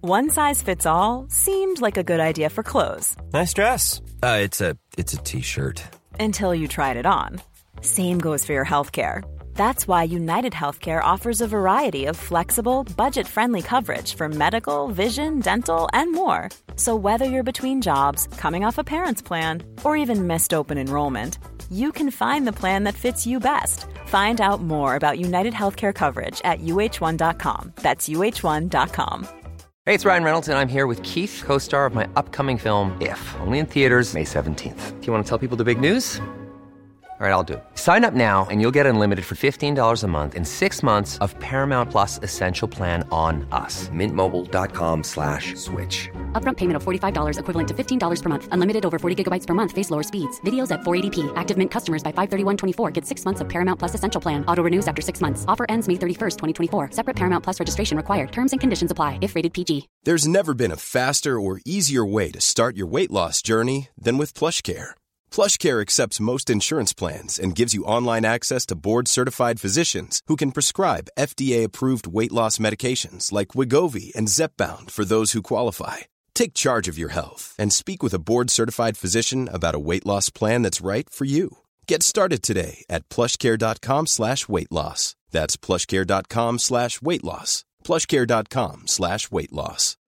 One size fits all seemed like a good idea for clothes. Nice dress. It's a t-shirt. Until you tried it on. Same goes for your healthcare. That's why United Healthcare offers a variety of flexible, budget-friendly coverage for medical, vision, dental, and more. So whether you're between jobs, coming off a parent's plan, or even missed open enrollment, you can find the plan that fits you best. Find out more about United Healthcare coverage at uh1.com. That's uh1.com. Hey, it's Ryan Reynolds, and I'm here with Keith, co-star of my upcoming film, If, only in theaters May 17th. Do you want to tell people the big news? All right, I'll do it. Sign up now and you'll get unlimited for $15 a month and 6 months of Paramount Plus Essential Plan on us. MintMobile.com/switch. Upfront payment of $45 equivalent to $15 per month. Unlimited over 40 gigabytes per month. Face lower speeds. Videos at 480p. Active Mint customers by 531.24 get 6 months of Paramount Plus Essential Plan. Auto renews after 6 months. Offer ends May 31st, 2024. Separate Paramount Plus registration required. Terms and conditions apply if rated PG. There's never been a faster or easier way to start your weight loss journey than with PlushCare. PlushCare accepts most insurance plans and gives you online access to board-certified physicians who can prescribe FDA-approved weight loss medications like Wegovy and Zepbound for those who qualify. Take charge of your health and speak with a board-certified physician about a weight loss plan that's right for you. Get started today at plushcare.com/weightloss. That's plushcare.com/weightloss. plushcare.com/weightloss.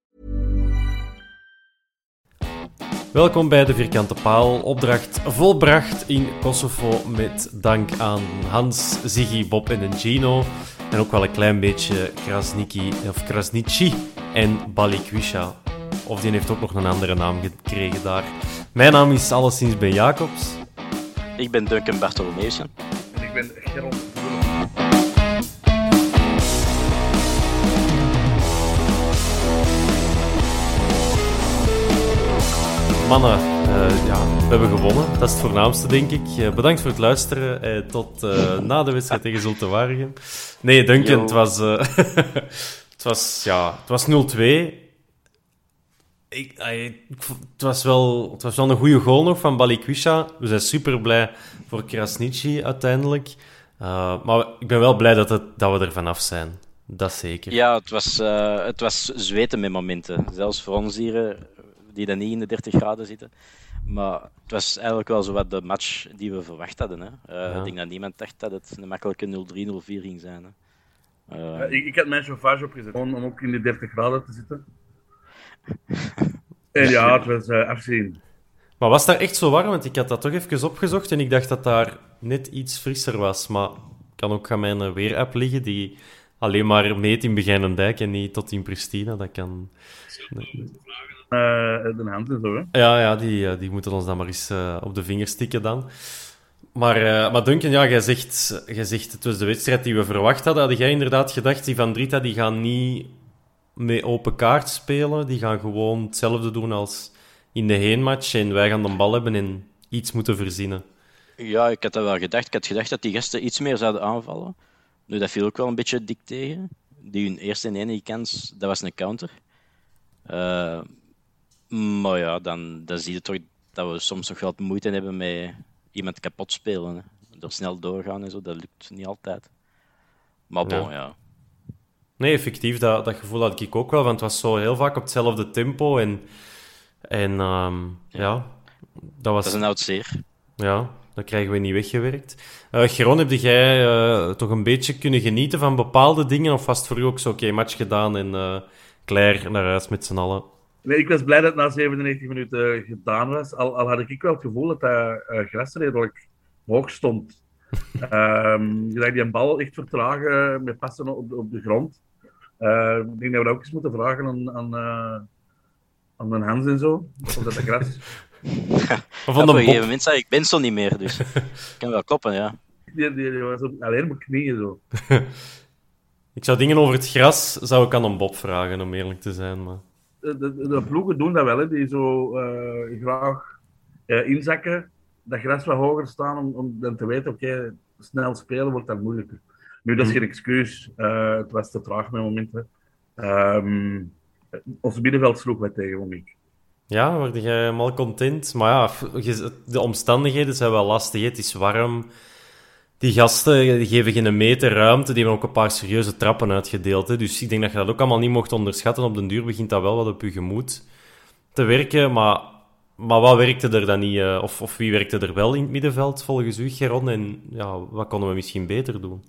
Welkom bij de Vierkante Paal. Opdracht volbracht in Kosovo met dank aan Hans, Ziggy, Bob en Gino. En ook wel een klein beetje Krasniqi en Balikwisha. Of die heeft ook nog een andere naam gekregen daar. Mijn naam is alleszins Ben Jacobs. Ik ben Duncan Bartolomeusen. En ik ben Gerald. Mannen, we hebben gewonnen. Dat is het voornaamste, denk ik. Bedankt voor het luisteren. Tot na de wedstrijd tegen Zulte Waregem. Nee, Duncan, het was 0-2. Het was wel een goede goal nog van Balikwisha. We zijn super blij voor Krasniqi uiteindelijk. Maar ik ben wel blij dat we er vanaf zijn. Dat zeker. Ja, het was zweten met momenten. Zelfs voor ons hier, die dan niet in de 30 graden zitten. Maar het was eigenlijk wel zo wat de match die we verwacht hadden. Hè. Ik denk dat niemand dacht dat het een makkelijke 0-3, 0-4 ging zijn. Hè. Ik had mijn chauffage opgezet om ook in de 30 graden te zitten. En ja, het was afzien. Maar was daar echt zo warm? Want ik had dat toch even opgezocht en ik dacht dat daar net iets frisser was. Maar ik kan ook aan mijn weerapp liggen die alleen maar meet in Begijnendijk en niet tot in Pristina. Dat kan... De hand en zo, hè? Ja, die moeten ons dan maar eens op de vingers tikken dan. Maar Duncan, ja, jij zegt het was de wedstrijd die we verwacht hadden. Had jij inderdaad gedacht, die Van Drita die gaan niet met open kaart spelen. Die gaan gewoon hetzelfde doen als in de heenmatch. En wij gaan de bal hebben en iets moeten verzinnen. Ja, ik had dat wel gedacht. Ik had gedacht dat die gasten iets meer zouden aanvallen. Nu, dat viel ook wel een beetje dik tegen. Die hun eerste en enige kans, dat was een counter. Maar ja, dan zie je toch dat we soms nog wel moeite hebben met iemand kapot spelen. Hè. Door snel doorgaan en zo, dat lukt niet altijd. Maar bon, ja. Nee, effectief, dat gevoel had ik ook wel, want het was zo heel vaak op hetzelfde tempo en dat is een oud zeer. Ja, dat krijgen we niet weggewerkt. Geron, heb jij toch een beetje kunnen genieten van bepaalde dingen, of was het voor u ook zo match gedaan en klaar naar huis met z'n allen? Nee, ik was blij dat het na 97 minuten gedaan was, al had ik wel het gevoel dat dat gras redelijk hoog stond. Je zag die een bal echt vertragen met passen op de grond. Ik denk dat we dat ook eens moeten vragen aan mijn Hans en zo. Of dat gras... Op een gegeven moment zei ik ben zo niet meer, dus ik kan wel kloppen, ja. Die was alleen op mijn knieën zo. Ik zou dingen over het gras zou ik aan een Bob vragen, om eerlijk te zijn. Maar... De ploegen doen dat wel, hè, die zo graag inzakken, dat gras wat hoger staan, om dan te weten, oké, snel spelen wordt dan moeilijker. Nu, dat is geen excuus. Het was te traag met momenten. Ons middenveld sloeg wat tegen, vond ik. Ja, word jij helemaal content? Maar ja, de omstandigheden zijn wel lastig. Het is warm. Die gasten die geven geen meter ruimte, die hebben ook een paar serieuze trappen uitgedeeld. Hè. Dus ik denk dat je dat ook allemaal niet mocht onderschatten. Op den duur begint dat wel wat op je gemoed te werken, maar wat werkte er dan niet? Of wie werkte er wel in het middenveld, volgens u, Geron? En ja, wat konden we misschien beter doen?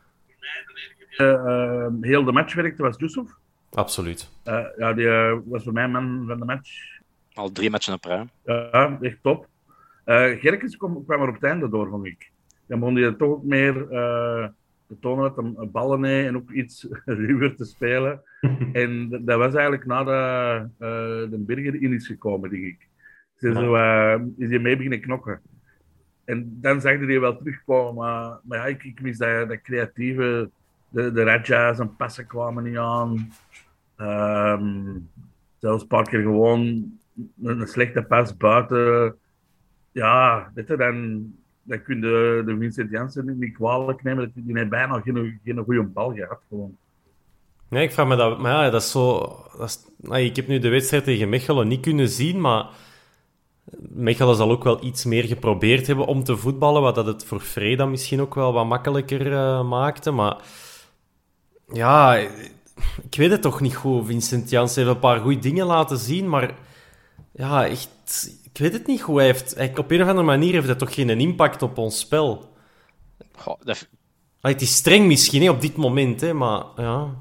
Heel de match werkte was Yusuf. Absoluut. Die was voor mij man van de match. Al 3 matchen op rij. Ja, echt top. Gerkens kwam er op het einde door, vond ik. Dan begon hij toch ook meer te tonen dat hij ballen heeft en ook iets ruwer te spelen. En dat was eigenlijk nadat de Birger in is gekomen, denk ik. Dus is hij mee beginnen knokken. En dan zag hij wel terugkomen, maar ja, ik mis dat creatieve. De Raja's en passen kwamen niet aan. Zelfs een paar keer gewoon een slechte pas buiten. Ja, dan kun je de Vincent Janssen niet kwalijk nemen. Die heeft bijna geen goede bal gehad. Gewoon. Nee, ik vraag me dat... Maar ja, dat is zo... ik heb nu de wedstrijd tegen Mechelen niet kunnen zien, maar Mechelen zal ook wel iets meer geprobeerd hebben om te voetballen, wat dat het voor Freda misschien ook wel wat makkelijker maakte. Maar ja, ik weet het toch niet goed. Vincent Janssen heeft een paar goede dingen laten zien, maar ja, echt... Ik weet het niet hoe hij heeft... Op een of andere manier heeft dat toch geen impact op ons spel. Goh, Het is streng misschien, op dit moment, hè, maar ja...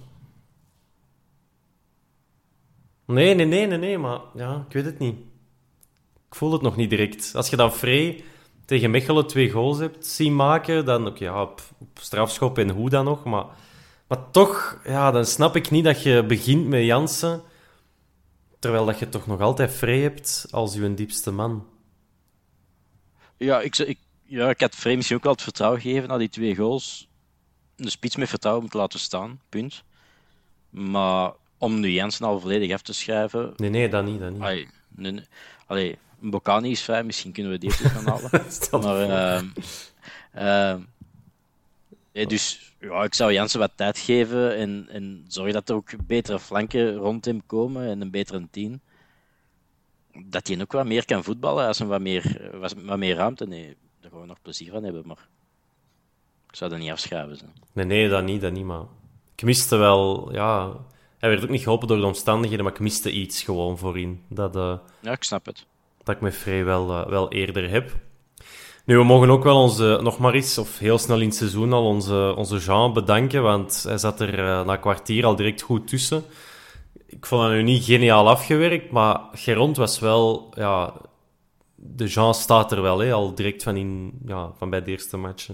Nee, maar ja, ik weet het niet. Ik voel het nog niet direct. Als je dan Frey tegen Mechelen 2 goals hebt zien maken, dan op strafschop en hoe dan nog, maar toch, ja, dan snap ik niet dat je begint met Janssen, terwijl dat je toch nog altijd Frey hebt als je diepste man. Ja, ik had Frey misschien ook wel het vertrouwen gegeven na die 2 goals. De spits met vertrouwen moeten laten staan, punt. Maar om nu Janssen al volledig af te schrijven... Nee, dat niet. Allee, Bocani is vrij, misschien kunnen we die terug gaan halen. Dus ja, ik zou Janssen wat tijd geven en zorgen dat er ook betere flanken rond hem komen en een betere 10. Dat hij ook wat meer kan voetballen als hij wat meer ruimte heeft. Daar gaan we nog plezier van hebben, maar ik zou dat niet afschrijven. Zo. Nee, dat niet, maar ik miste wel... Ja, hij werd ook niet geholpen door de omstandigheden, maar ik miste iets gewoon voorin. Ja, ik snap het. Dat ik met Frey wel eerder heb. Nu, we mogen ook wel nog maar eens, of heel snel in het seizoen al, onze Jean bedanken, want hij zat er na een kwartier al direct goed tussen. Ik vond dat nu niet geniaal afgewerkt, maar Gerond was wel... Ja, de Jean staat er wel, hè, al direct van bij de eerste matchen.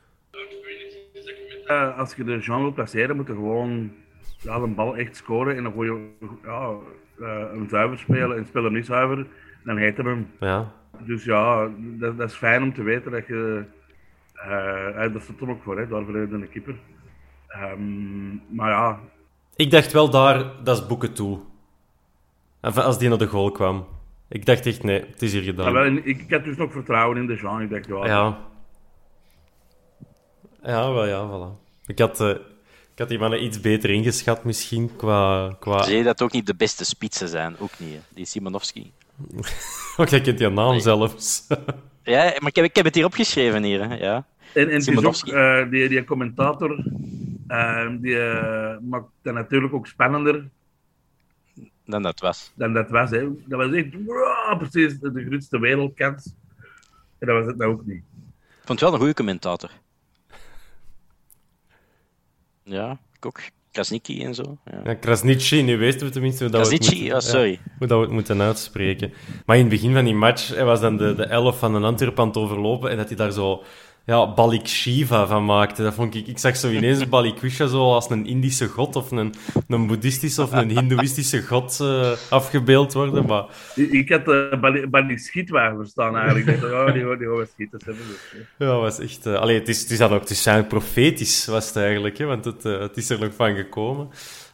Als je de Jean wil placeren, moet je gewoon een bal echt scoren en dan gooi je een zuiver spelen en speel hem niet zuiver, dan heet hem. Ja. Dus ja, dat is fijn om te weten dat je... dat staat er ook voor, hè, daarvoor heb je een keeper. Maar ja... Ik dacht wel dat is boeken toe. Als die naar de goal kwam. Ik dacht echt, nee, het is hier gedaan. Ik had dus nog vertrouwen in de Jean. Ik dacht, Ja, voilà. Ik had die mannen iets beter ingeschat misschien, qua... Zie je dat ook niet de beste spitsen zijn? Ook niet, hè? Die Simonovski. Ook jij kent die naam zelfs. Ja, maar ik heb het hier opgeschreven hier, hè? Ja. En het is ook, die commentator, die maakt dat natuurlijk ook spannender. Dan dat was. Hè. Dat was echt precies de grootste wereldkans. En dat was het nou ook niet. Ik vond het wel een goede commentator. Ja, ik ook. Krasniqi en zo. Ja, Krasniqi, nu weten we tenminste hoe dat we het moeten uitspreken. Maar in het begin van die match was dan de 11 van een Antwerp aan het overlopen en dat hij daar zo Balik Shiva van maakte. Dat vond ik zag zo ineens Balikwisha zo als een Indische god of een boeddhistische of een hindoeïstische god afgebeeld worden. Maar... Ik had Balik Schietwagen verstaan eigenlijk. Ik dacht, die gaan we schieten hebben. Ja, was echt... het is dan ook eigenlijk profetisch, was het eigenlijk, hè, want het is er nog van gekomen.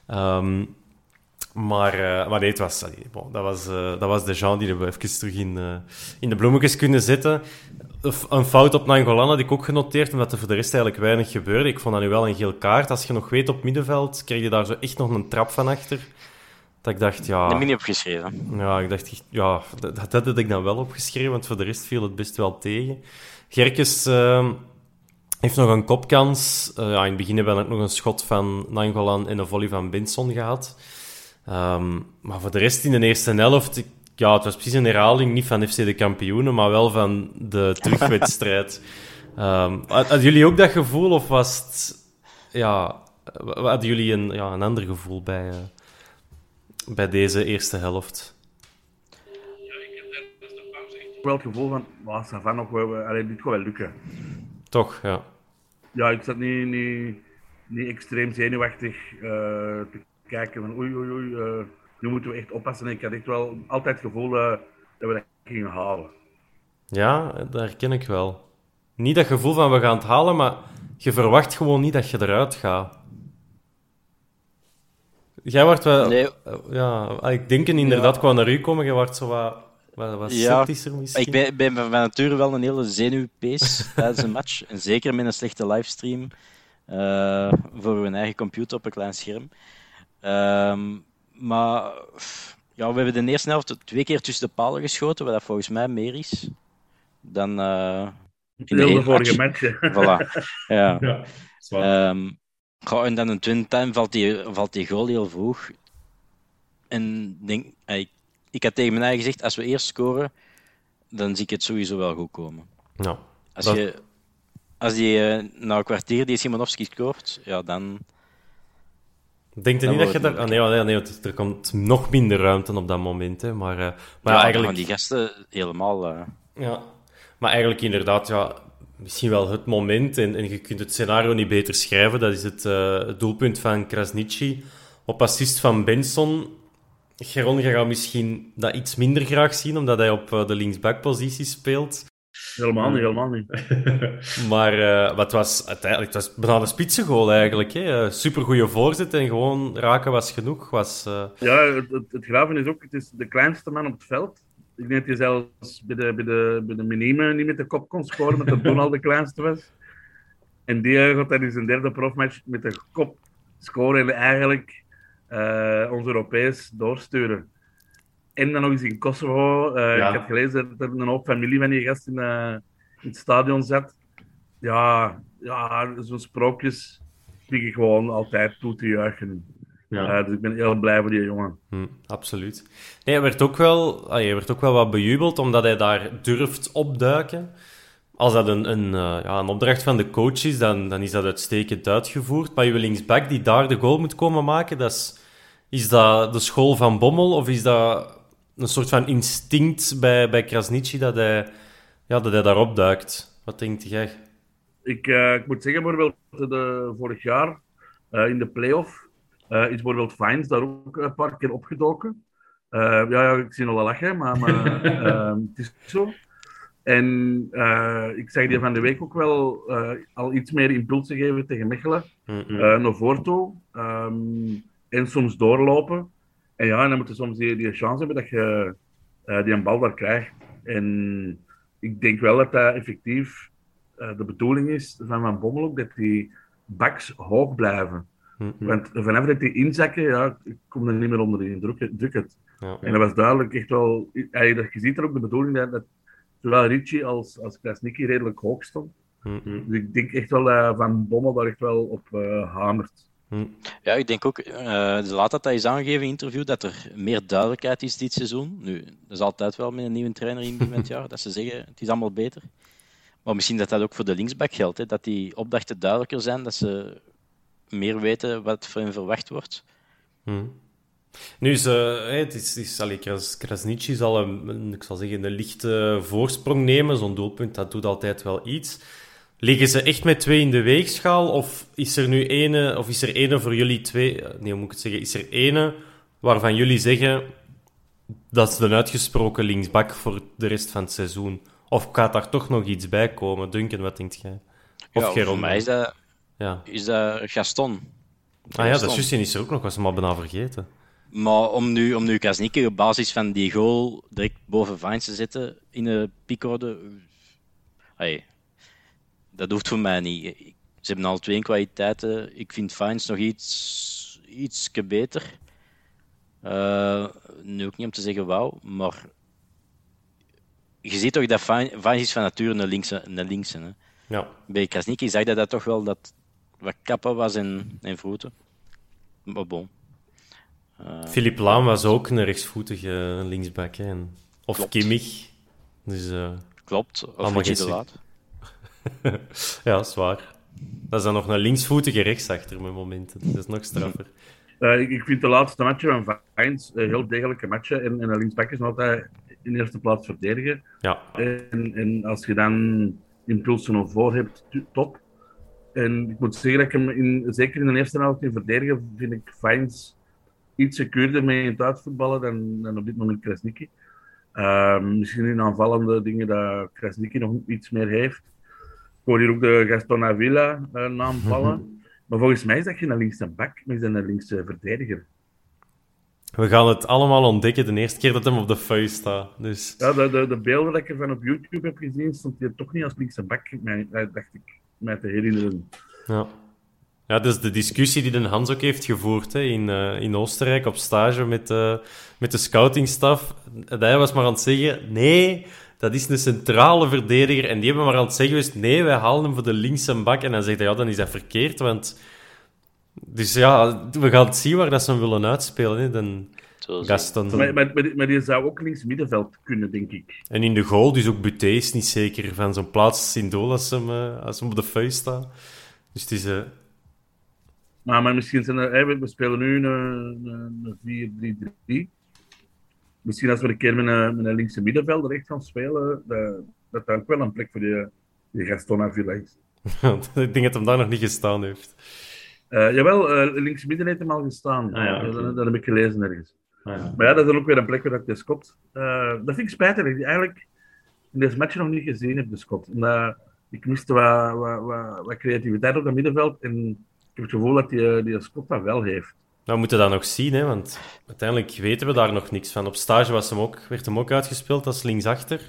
Maar nee, het was... dat was de Jean die we even terug in de bloemetjes kunnen zetten. Een fout op Nainggolan had ik ook genoteerd, omdat er voor de rest eigenlijk weinig gebeurde. Ik vond dat nu wel een geel kaart. Als je nog weet, op middenveld kreeg je daar zo echt nog een trap van achter. Dat ik dacht, ja... Dat heb je niet opgeschreven. Ja, ik dacht, ja, dat had ik dan wel opgeschreven, want voor de rest viel het best wel tegen. Gerkes heeft nog een kopkans. In het begin hebben we ook nog een schot van Nainggolan en een volley van Benson gehad. Maar voor de rest in de eerste helft... het was precies een herhaling, niet van FC de kampioenen, maar wel van de terugwedstrijd. Hadden jullie ook dat gevoel, of was het... hadden jullie een ander gevoel bij deze eerste helft? Wel het gevoel van, ça va nog wel, dit gaat wel lukken. Toch, ja. Ja, ik zat niet extreem zenuwachtig te kijken van oei, nu moeten we echt oppassen. En ik had echt wel altijd het gevoel dat we dat gingen halen. Ja, dat herken ik wel. Niet dat gevoel van we gaan het halen, maar je verwacht gewoon niet dat je eruit gaat. Jij wordt wel... Nee. Ik denk inderdaad, qua naar u komen, je wordt zo wat sceptischer misschien. Ik ben van nature wel een hele zenuwpees tijdens een match. En zeker met een slechte livestream voor mijn eigen computer op een klein scherm. Maar we hebben de eerste helft 2 keer tussen de palen geschoten, wat dat volgens mij meer is dan in de hele vorige match. match. Voilà. Ja. Ja, En dan een twin time valt die goal heel vroeg. En ik had tegen mijn eigen gezegd, als we eerst scoren, dan zie ik het sowieso wel goed komen. Ja. Als die na een kwartier die Szymanowski scoort, dan... Denk je niet dat je daar... Nee, er komt nog minder ruimte op dat moment. Hè. Maar eigenlijk... van die gasten helemaal... Ja, maar eigenlijk inderdaad, misschien wel het moment. En je kunt het scenario niet beter schrijven. Dat is het doelpunt van Krasniqi op assist van Benson. Geron, je gaat misschien dat iets minder graag zien, omdat hij op de linksbackpositie speelt. Helemaal niet. Maar wat was uiteindelijk... Het was bijna een spitsengoal eigenlijk. Supergoeie voorzet en gewoon raken was genoeg. Ja, het graven is ook... Het is de kleinste man op het veld. Ik denk dat hij zelfs bij de minime niet met de kop kon scoren, omdat hij toen al de kleinste was. En die gaat dan in zijn derde profmatch met de kop scoren en eigenlijk ons Europees doorsturen. En dan nog eens in Kosovo. Ik heb gelezen dat er een hoop familie van die gast in het stadion zat. Ja, zo'n sprookjes vind ik gewoon altijd toe te juichen. Ja. Dus ik ben heel blij voor die jongen. Absoluut. Nee, hij werd ook wel wat bejubeld, omdat hij daar durft opduiken. Als dat een opdracht van de coach is, dan is dat uitstekend uitgevoerd. Maar je linksback die daar de goal moet komen maken, is dat de school van Bommel, of is dat een soort van instinct bij Krasniqi dat hij daarop duikt? Wat denk jij? Ik moet zeggen, bijvoorbeeld vorig jaar in de play-off is bijvoorbeeld Vines daar ook een paar keer opgedoken. Ik zie nog wel lachen, maar het is zo. En ik zag die van de week ook wel al iets meer impulsen geven tegen Mechelen. Naar voren toe. En soms doorlopen. En dan moet je soms die chance hebben dat je die een bal daar krijgt. En ik denk wel dat dat effectief de bedoeling is van Bommel ook, dat die backs hoog blijven. Want vanaf dat die inzakken, ik kom er niet meer onder in druk het. Ja. En dat was duidelijk echt wel... Je ziet er ook de bedoeling dat zowel Ricci als Krasniqi redelijk hoog stond. Dus ik denk echt wel dat Van Bommel daar echt wel op hamert. Ja, ik denk ook, laat dat is aangegeven in een interview, dat er meer duidelijkheid is dit seizoen. Nu, dat is altijd wel met een nieuwe trainer in het jaar, dat ze zeggen, het is allemaal beter. Maar misschien dat ook voor de linksback geldt, hè, dat die opdrachten duidelijker zijn, dat ze meer weten wat van hen verwacht wordt. Nu is Krasniqi zal ik zal zeggen, een lichte voorsprong nemen. Zo'n doelpunt, dat doet altijd wel iets. Liggen ze echt met 2 in de weegschaal? Of is er nu ene voor jullie 2? Nee, hoe moet ik het zeggen? Is er ene waarvan jullie zeggen dat is een uitgesproken linksbak voor de rest van het seizoen? Of gaat daar toch nog iets bij komen? Duncan, wat denkt jij? Of voor mij is dat Gaston. Dat is er ook nog, was hem al bijna vergeten. Maar om nu Krasniqi op basis van die goal direct boven Vines te zetten in de piekorde, dat hoeft voor mij niet. Ze hebben al 2 kwaliteiten. Ik vind Vines nog iets beter. Nu ook niet om te zeggen wauw, maar je ziet toch dat Vines is van nature een linkse. Hè? Ja. Bij Krasniqi zag je dat toch wel dat wat kappen was en voeten. Maar bon. Philipp Lahm was ook een rechtsvoetige linksback. Hè. Of Klopt. Kimmich. Dus, Klopt. Of allemaal Richie de geen Laat. ja, zwaar. Dat is dan nog een linksvoetige rechtsachter met momenten. Dat is nog straffer. Ik vind de laatste matchen van Vines heel degelijke matchen. En een linksback is nog altijd in eerste plaats verdedigen. Ja. En als je dan impulsen of voor hebt, top. En ik moet zeggen dat ik hem, zeker in de eerste helft in verdedigen, vind ik Vines iets secuurder mee in het uitvoetballen dan op dit moment Krasniqi. Misschien in aanvallende dingen dat Krasniqi nog iets meer heeft. Ik hoor hier ook de Gaston Avila naam vallen. Maar volgens mij is dat geen linkse back, maar is dat een linkse verdediger. We gaan het allemaal ontdekken de eerste keer dat hem op de vuist staat. Dus... Ja, de beelden dat ik ervan op YouTube heb gezien, stond hij toch niet als linkse back, dacht ik mij te herinneren. Ja. Ja, dat is de discussie die Den Hans ook heeft gevoerd hè, in Oostenrijk op stage met de scoutingstaf. Hij was maar aan het zeggen, nee, dat is een centrale verdediger. En die hebben maar aan het zeggen geweest, nee, wij halen hem voor de linkse bak. En dan zegt hij, ja, dan is dat verkeerd, want... Dus ja, we gaan het zien waar dat ze hem willen uitspelen. Hè, dan Gaston. Maar die zou ook links middenveld kunnen, denk ik. En in de goal, dus ook Buté is niet zeker van zo'n plaats in doel als hem op de vuist staat. Dus het is... Maar misschien zijn we spelen nu een 4-3-3. Misschien als we een keer met een linkse middenvelder echt gaan spelen, dat ook wel een plek voor die Gaston Avila is. Ik denk dat hem daar nog niet gestaan heeft. Jawel, links midden heeft hem al gestaan. Okay. Dat heb ik gelezen ergens. Ja. Maar ja, dat is dan ook weer een plek waar ik de Scott... dat vind ik spijtig, dat ik die eigenlijk in deze match nog niet gezien heb, de Scott. Ik miste wat creativiteit op het middenveld en ik heb het gevoel dat die Scott dat wel heeft. We moeten dat nog zien, hè, want uiteindelijk weten we daar nog niks van. Op stage werd hem ook uitgespeeld als linksachter.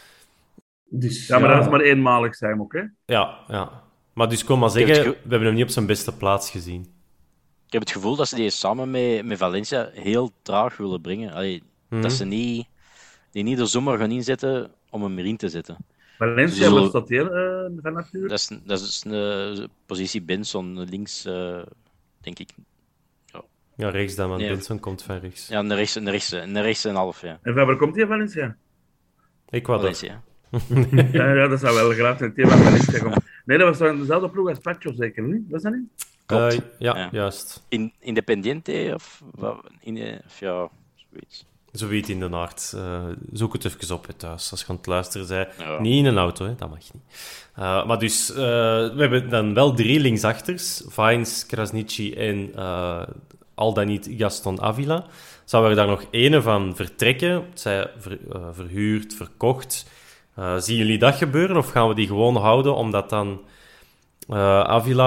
Dus, ja, maar dat is maar eenmalig zijn ook, hè? Ja. Maar dus kom maar zeggen, we hebben hem niet op zijn beste plaats gezien. Ik heb het gevoel dat ze die samen met Valencia heel traag willen brengen. Dat ze die niet de zomer gaan inzetten om hem erin te zetten. Valencia was dat heel van natuur? Dat is een positie Benson, links, denk ik. Ja, rechts dan, want Benson komt van rechts. Ja, een rechts en half, ja. En van waar komt hij, Valencia? Valencia. Ja, dat zou wel graag zijn. Het van Valencia komt. Nee, dat was dezelfde ploeg als Pacho, zeker niet? Was dat niet? Klopt. Ja, juist. Independiente of ja, zoiets. Zoiets in de naart. Zoek het even op thuis, als je aan het luisteren bent. Ja. Niet in een auto, hè? Dat mag niet. Maar dus, we hebben dan wel 3 linksachters. Vines, Krasniqi en al dan niet Gaston Avila. Zouden we daar nog ene van vertrekken? Zij verhuurd, verkocht. Zien jullie dat gebeuren? Of gaan we die gewoon houden, omdat dan Avila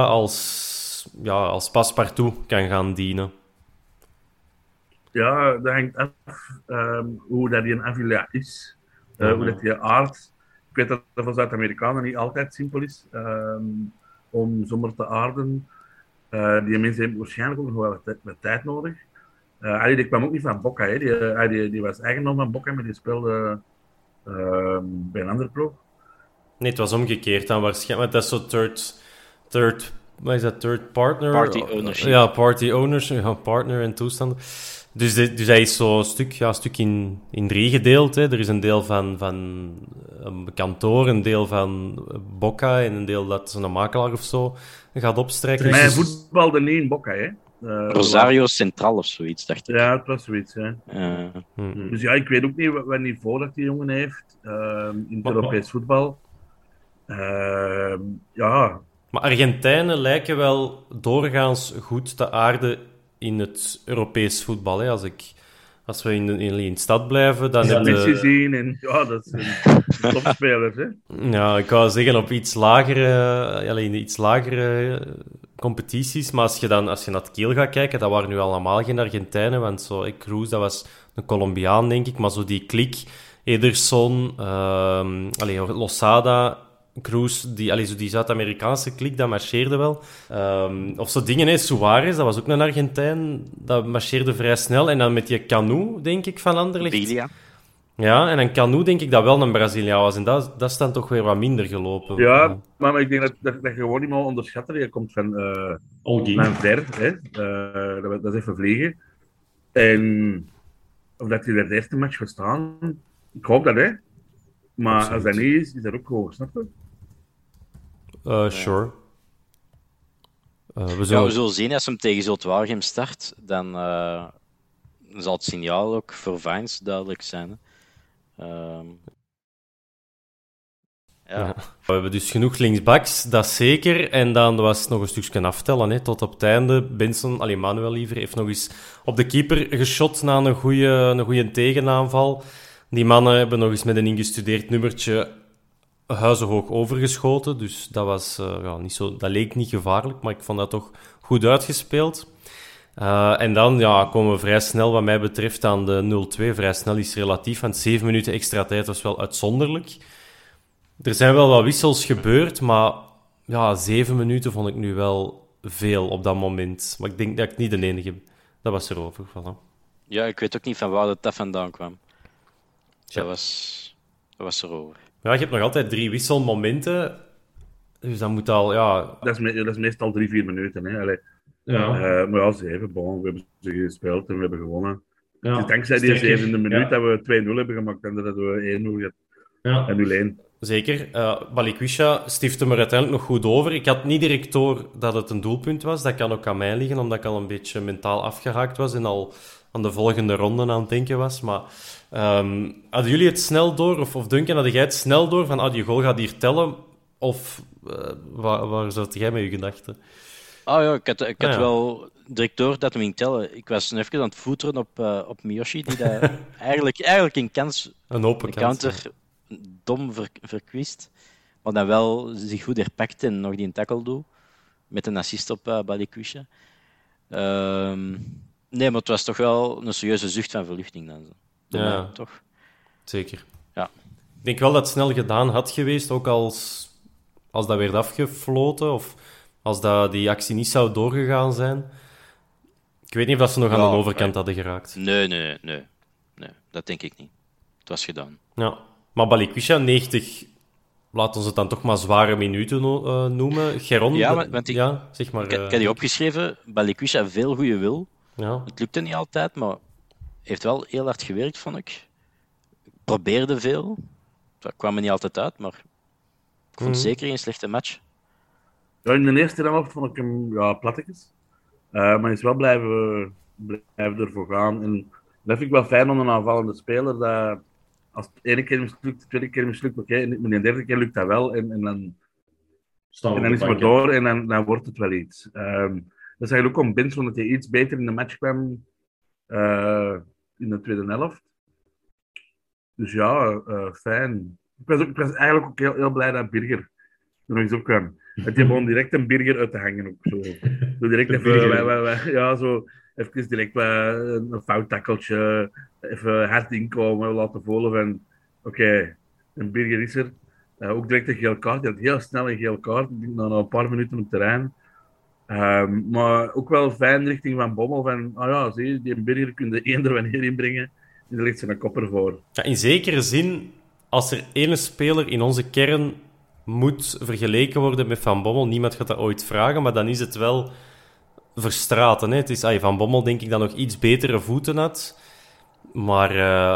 als paspartout kan gaan dienen? Ja, dat hangt af hoe dat die een Avila is. Hoe dat die aardt. Ik weet dat het voor Zuid-Amerikanen niet altijd simpel is om zomaar te aarden. Die mensen hebben waarschijnlijk ook nog wel wat tijd nodig. Die kwam ook niet van Boca. Hè. Die was eigendom van Boca, maar die speelde bij een andere ploeg. Nee, het was omgekeerd dan waarschijnlijk. Dat is zo third wat is dat? Third partner? Party ownership. Ja, party ownership. Ja, partner en toestanden. Dus hij is zo een stuk in 3 gedeeld. Hè. Er is een deel van een kantoor, een deel van Boca en een deel dat zo'n makelaar of zo gaat opstrekken. Maar hij voetbalde niet in Boca, hè? Rosario Central of zoiets, dacht ik. Ja, het was zoiets, hè. Dus ja, ik weet ook niet wat niveau dat die jongen heeft in het Europees voetbal. Ja. Maar Argentijnen lijken wel doorgaans goed te aarden in het Europees voetbal. Hè. Als we in de stad blijven, dan heb je... Messi zien en ja, dat zijn topspelers, hè. Ja, ik wou zeggen op iets lagere competities, maar als je naar het Kiel gaat kijken, dat waren nu allemaal geen Argentijnen, want zo, Cruz, dat was een Colombiaan, denk ik, maar zo die klik, Ederson, Losada, Cruz, die Zuid-Amerikaanse klik, dat marcheerde wel. Of zo dingen, hè, Suarez, dat was ook een Argentijn, dat marcheerde vrij snel. En dan met die Canu, denk ik, van Anderlecht. Biglia. Ja, en een Canu denk ik dat wel een Braziliaan was. En dat is dan toch weer wat minder gelopen. Ja, maar ik denk dat je gewoon niet meer onderschatten. Je komt van ver, hè. Dat is even vliegen. En of dat hij de eerste match gaat staan, ik hoop dat, hè. Maar absoluut. als dat niet is, is dat ook hoog, snap je? Sure. We zullen zien als hem tegen Zultwaargem start, dan zal het signaal ook voor Vines duidelijk zijn. Hè. Ja. We hebben dus genoeg linksbacks, dat zeker. En dan was het nog een stukje aftellen, hè, tot op het einde. Benson, Manuel liever, heeft nog eens op de keeper geschot na een goede tegenaanval. Die mannen hebben nog eens met een ingestudeerd nummertje huizenhoog overgeschoten. Dus dat was niet zo, dat leek niet gevaarlijk, maar ik vond dat toch goed uitgespeeld. En dan komen we vrij snel, wat mij betreft, aan de 0-2. Vrij snel is relatief, want 7 minuten extra tijd was wel uitzonderlijk. Er zijn wel wat wissels gebeurd, maar 7 minuten vond ik nu wel veel op dat moment. Maar ik denk dat ik niet de enige ben. Dat was erover. Voilà. Ja, ik weet ook niet van waar dat vandaan kwam. Ja. Dat was erover. Ja, je hebt nog altijd 3 wisselmomenten. Dus dat moet al, Dat is meestal 3-4 minuten, hè. Allee. Maar 7, we hebben ze gespeeld en we hebben gewonnen. Ja. Het is dankzij die 7e minuut dat we 2-0 hebben gemaakt en dat we 1-0 gehad. Ja. En 0-1. Zeker. Balikwisha stiefte me uiteindelijk nog goed over. Ik had niet direct door dat het een doelpunt was. Dat kan ook aan mij liggen, omdat ik al een beetje mentaal afgehaakt was en al aan de volgende ronde aan het denken was. Maar hadden jullie het snel door? Of Duncan, had jij het snel door van die goal gaat hier tellen? Of waar zat jij met je gedachten? Ik had wel direct door dat hem ging tellen. Ik was even aan het voeteren op Miyoshi, die dat eigenlijk een kans... Een open counter dom verkwist. Maar dan wel zich goed herpakt en nog die tackle doet. Met een assist op Balikwisha. Nee, maar het was toch wel een serieuze zucht van verluchting dan. Ja, toch? Zeker. Ja. Ik denk wel dat het snel gedaan had geweest, ook als dat werd afgefloten of als die actie niet zou doorgegaan zijn. Ik weet niet of ze nog aan de overkant hadden geraakt. Nee, dat denk ik niet. Het was gedaan. Ja, maar Balikwisha, 90... Laat ons het dan toch maar zware minuten noemen. Geron, zeg maar. Ik heb die opgeschreven. Balikwisha, veel goede wil. Ja. Het lukte niet altijd, maar heeft wel heel hard gewerkt, vond ik. Probeerde veel. Dat kwam me niet altijd uit, maar ik vond zeker geen slechte match. Ja, in de eerste helft vond ik hem plattekjes. Maar hij is wel blijven ervoor gaan. En dat vind ik wel fijn om een aanvallende speler. Dat als het ene keer mislukt, de tweede keer mislukt, oké. Maar de derde keer lukt dat wel. En dan is het maar door en dan wordt het wel iets. Dat is eigenlijk ook om Benson dat hij iets beter in de match kwam in de tweede helft. Dus fijn. Ik was eigenlijk ook heel blij dat Birger er nog eens op kwam. Dat je gewoon direct een Birger uit te hangen ook. Zo direct even, zo even direct een fouttakeltje, even hard inkomen, laten voelen van oké, een Birger is er. Ook direct een geel kaart. Hij had heel snel een geel kaart, na een paar minuten op het terrein. Maar ook wel fijn richting Van Bommel van, zie je, die Birger kun je eender wanneer inbrengen. En daar ligt ze een kopper voor. Ja, in zekere zin, als er ene speler in onze kern moet vergeleken worden met Van Bommel, niemand gaat dat ooit vragen, maar dan is het wel Verstraeten. Hè? Het is, Van Bommel denk ik dat nog iets betere voeten had. Maar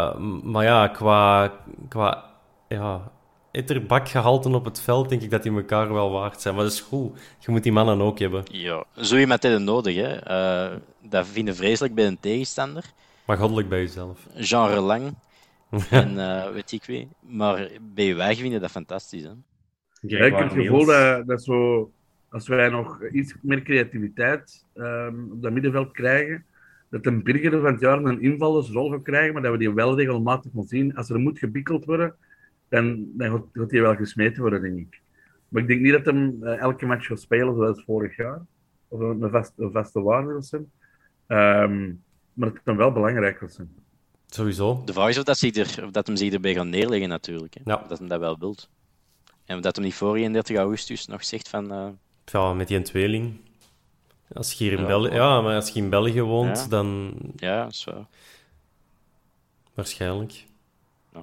qua etterbakgehalte op het veld denk ik dat die elkaar wel waard zijn. Maar dat is goed. Je moet die mannen ook hebben. Ja, zo iemand hebben nodig. Hè. Dat vinden vreselijk bij een tegenstander. Maar goddelijk bij jezelf. Genre lang. En weet ik wie. Maar bij je eigen vinden dat fantastisch. Hè? Ja, ik heb het gevoel dat zo, als wij nog iets meer creativiteit op dat middenveld krijgen, dat een Birger van het jaar een invallersrol gaat krijgen, maar dat we die wel regelmatig gaan zien. Als er moet gebikkeld worden, dan gaat hij wel gesmeten worden, denk ik. Maar ik denk niet dat hem elke match gaat spelen zoals vorig jaar. Of een vaste waarde wil zijn. Maar het kan wel belangrijk zijn. Sowieso. De vraag is of dat hem zich erbij gaat neerleggen, natuurlijk. Hè. Ja. Dat hem dat wel wilt. En dat hem niet voor 31 augustus nog zegt van... Ja, met die tweeling. Als je hier in België woont, dan... Ja, dat is waar. Waarschijnlijk. Ja.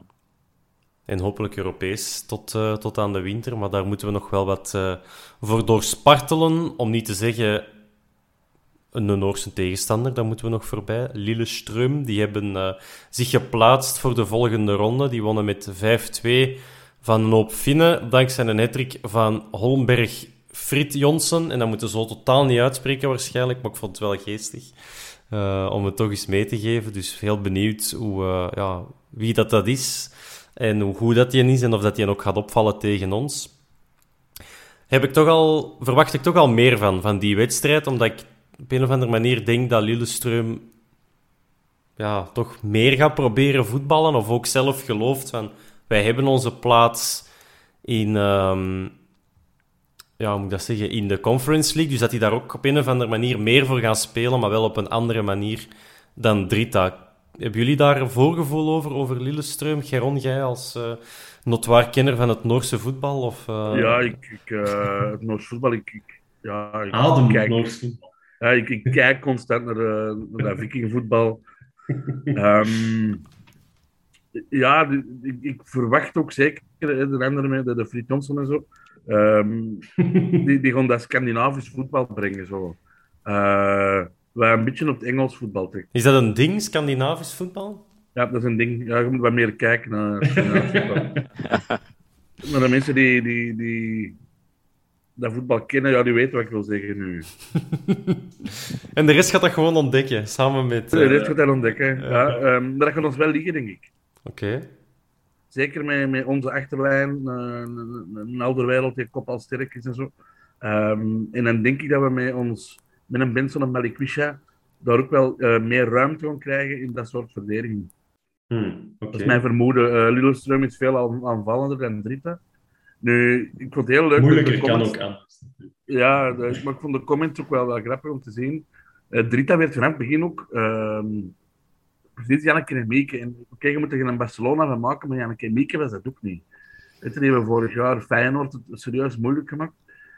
En hopelijk Europees tot aan de winter. Maar daar moeten we nog wel wat voor doorspartelen. Om niet te zeggen een Noorse tegenstander, daar moeten we nog voorbij. Lillestrøm, die hebben zich geplaatst voor de volgende ronde. Die wonnen met 5-2 van een hoop Finnen. Dankzij een hattrick van Holmberg Frit Jonsen. En dat moeten ze zo totaal niet uitspreken waarschijnlijk. Maar ik vond het wel geestig. Om het toch eens mee te geven. Dus heel benieuwd wie dat is. En hoe goed dat die is en of dat die ook gaat opvallen tegen ons. Verwacht ik toch al meer van die wedstrijd, omdat ik op een of andere manier denk dat Lillestrøm toch meer gaat proberen voetballen, of ook zelf gelooft van wij hebben onze plaats in, hoe moet ik dat zeggen, in de Conference League, dus dat die daar ook op een of andere manier meer voor gaan spelen, maar wel op een andere manier dan Drita. Hebben jullie daar een voorgevoel over Lillestrøm? Geron, jij als notoir kenner van het Noorse voetbal? Of, Ja, het Noorse voetbal, ik kijk Noorse voetbal. Ja, ik kijk constant naar dat vikingvoetbal. Ik verwacht ook zeker, de andere mee, de Frit Jonsen en zo, die gaan dat Scandinavisch voetbal brengen. Zo. Waar een beetje op het Engels voetbal trekt. Is dat een ding, Scandinavisch voetbal? Ja, dat is een ding. Ja, je moet wat meer kijken naar voetbal. Maar de mensen die dat voetbal kennen, die weten wat ik wil zeggen nu. En de rest gaat dat gewoon ontdekken, samen met... De rest gaat dat ontdekken. Maar dat gaat ons wel liggen, denk ik. Oké. Zeker met onze achterlijn, een Alderweireld die kop al sterk is en zo. En dan denk ik dat we met een Benson en Malikwisha daar ook wel meer ruimte gaan krijgen in dat soort verdediging. Okay. Dat is mijn vermoeden. Lillestrøm is veel aanvallender dan Drita. Nu, ik vond het heel leuk. Moeilijker kan ook aan. Ja, maar ik vond de comments ook wel grappig om te zien. Drita werd vanaf het begin ook precies Janneke en Mieke. En oké, je moet er een Barcelona van maken, maar Janneke en Mieke was dat ook niet. Weet je, die hebben vorig jaar Feyenoord het serieus moeilijk gemaakt.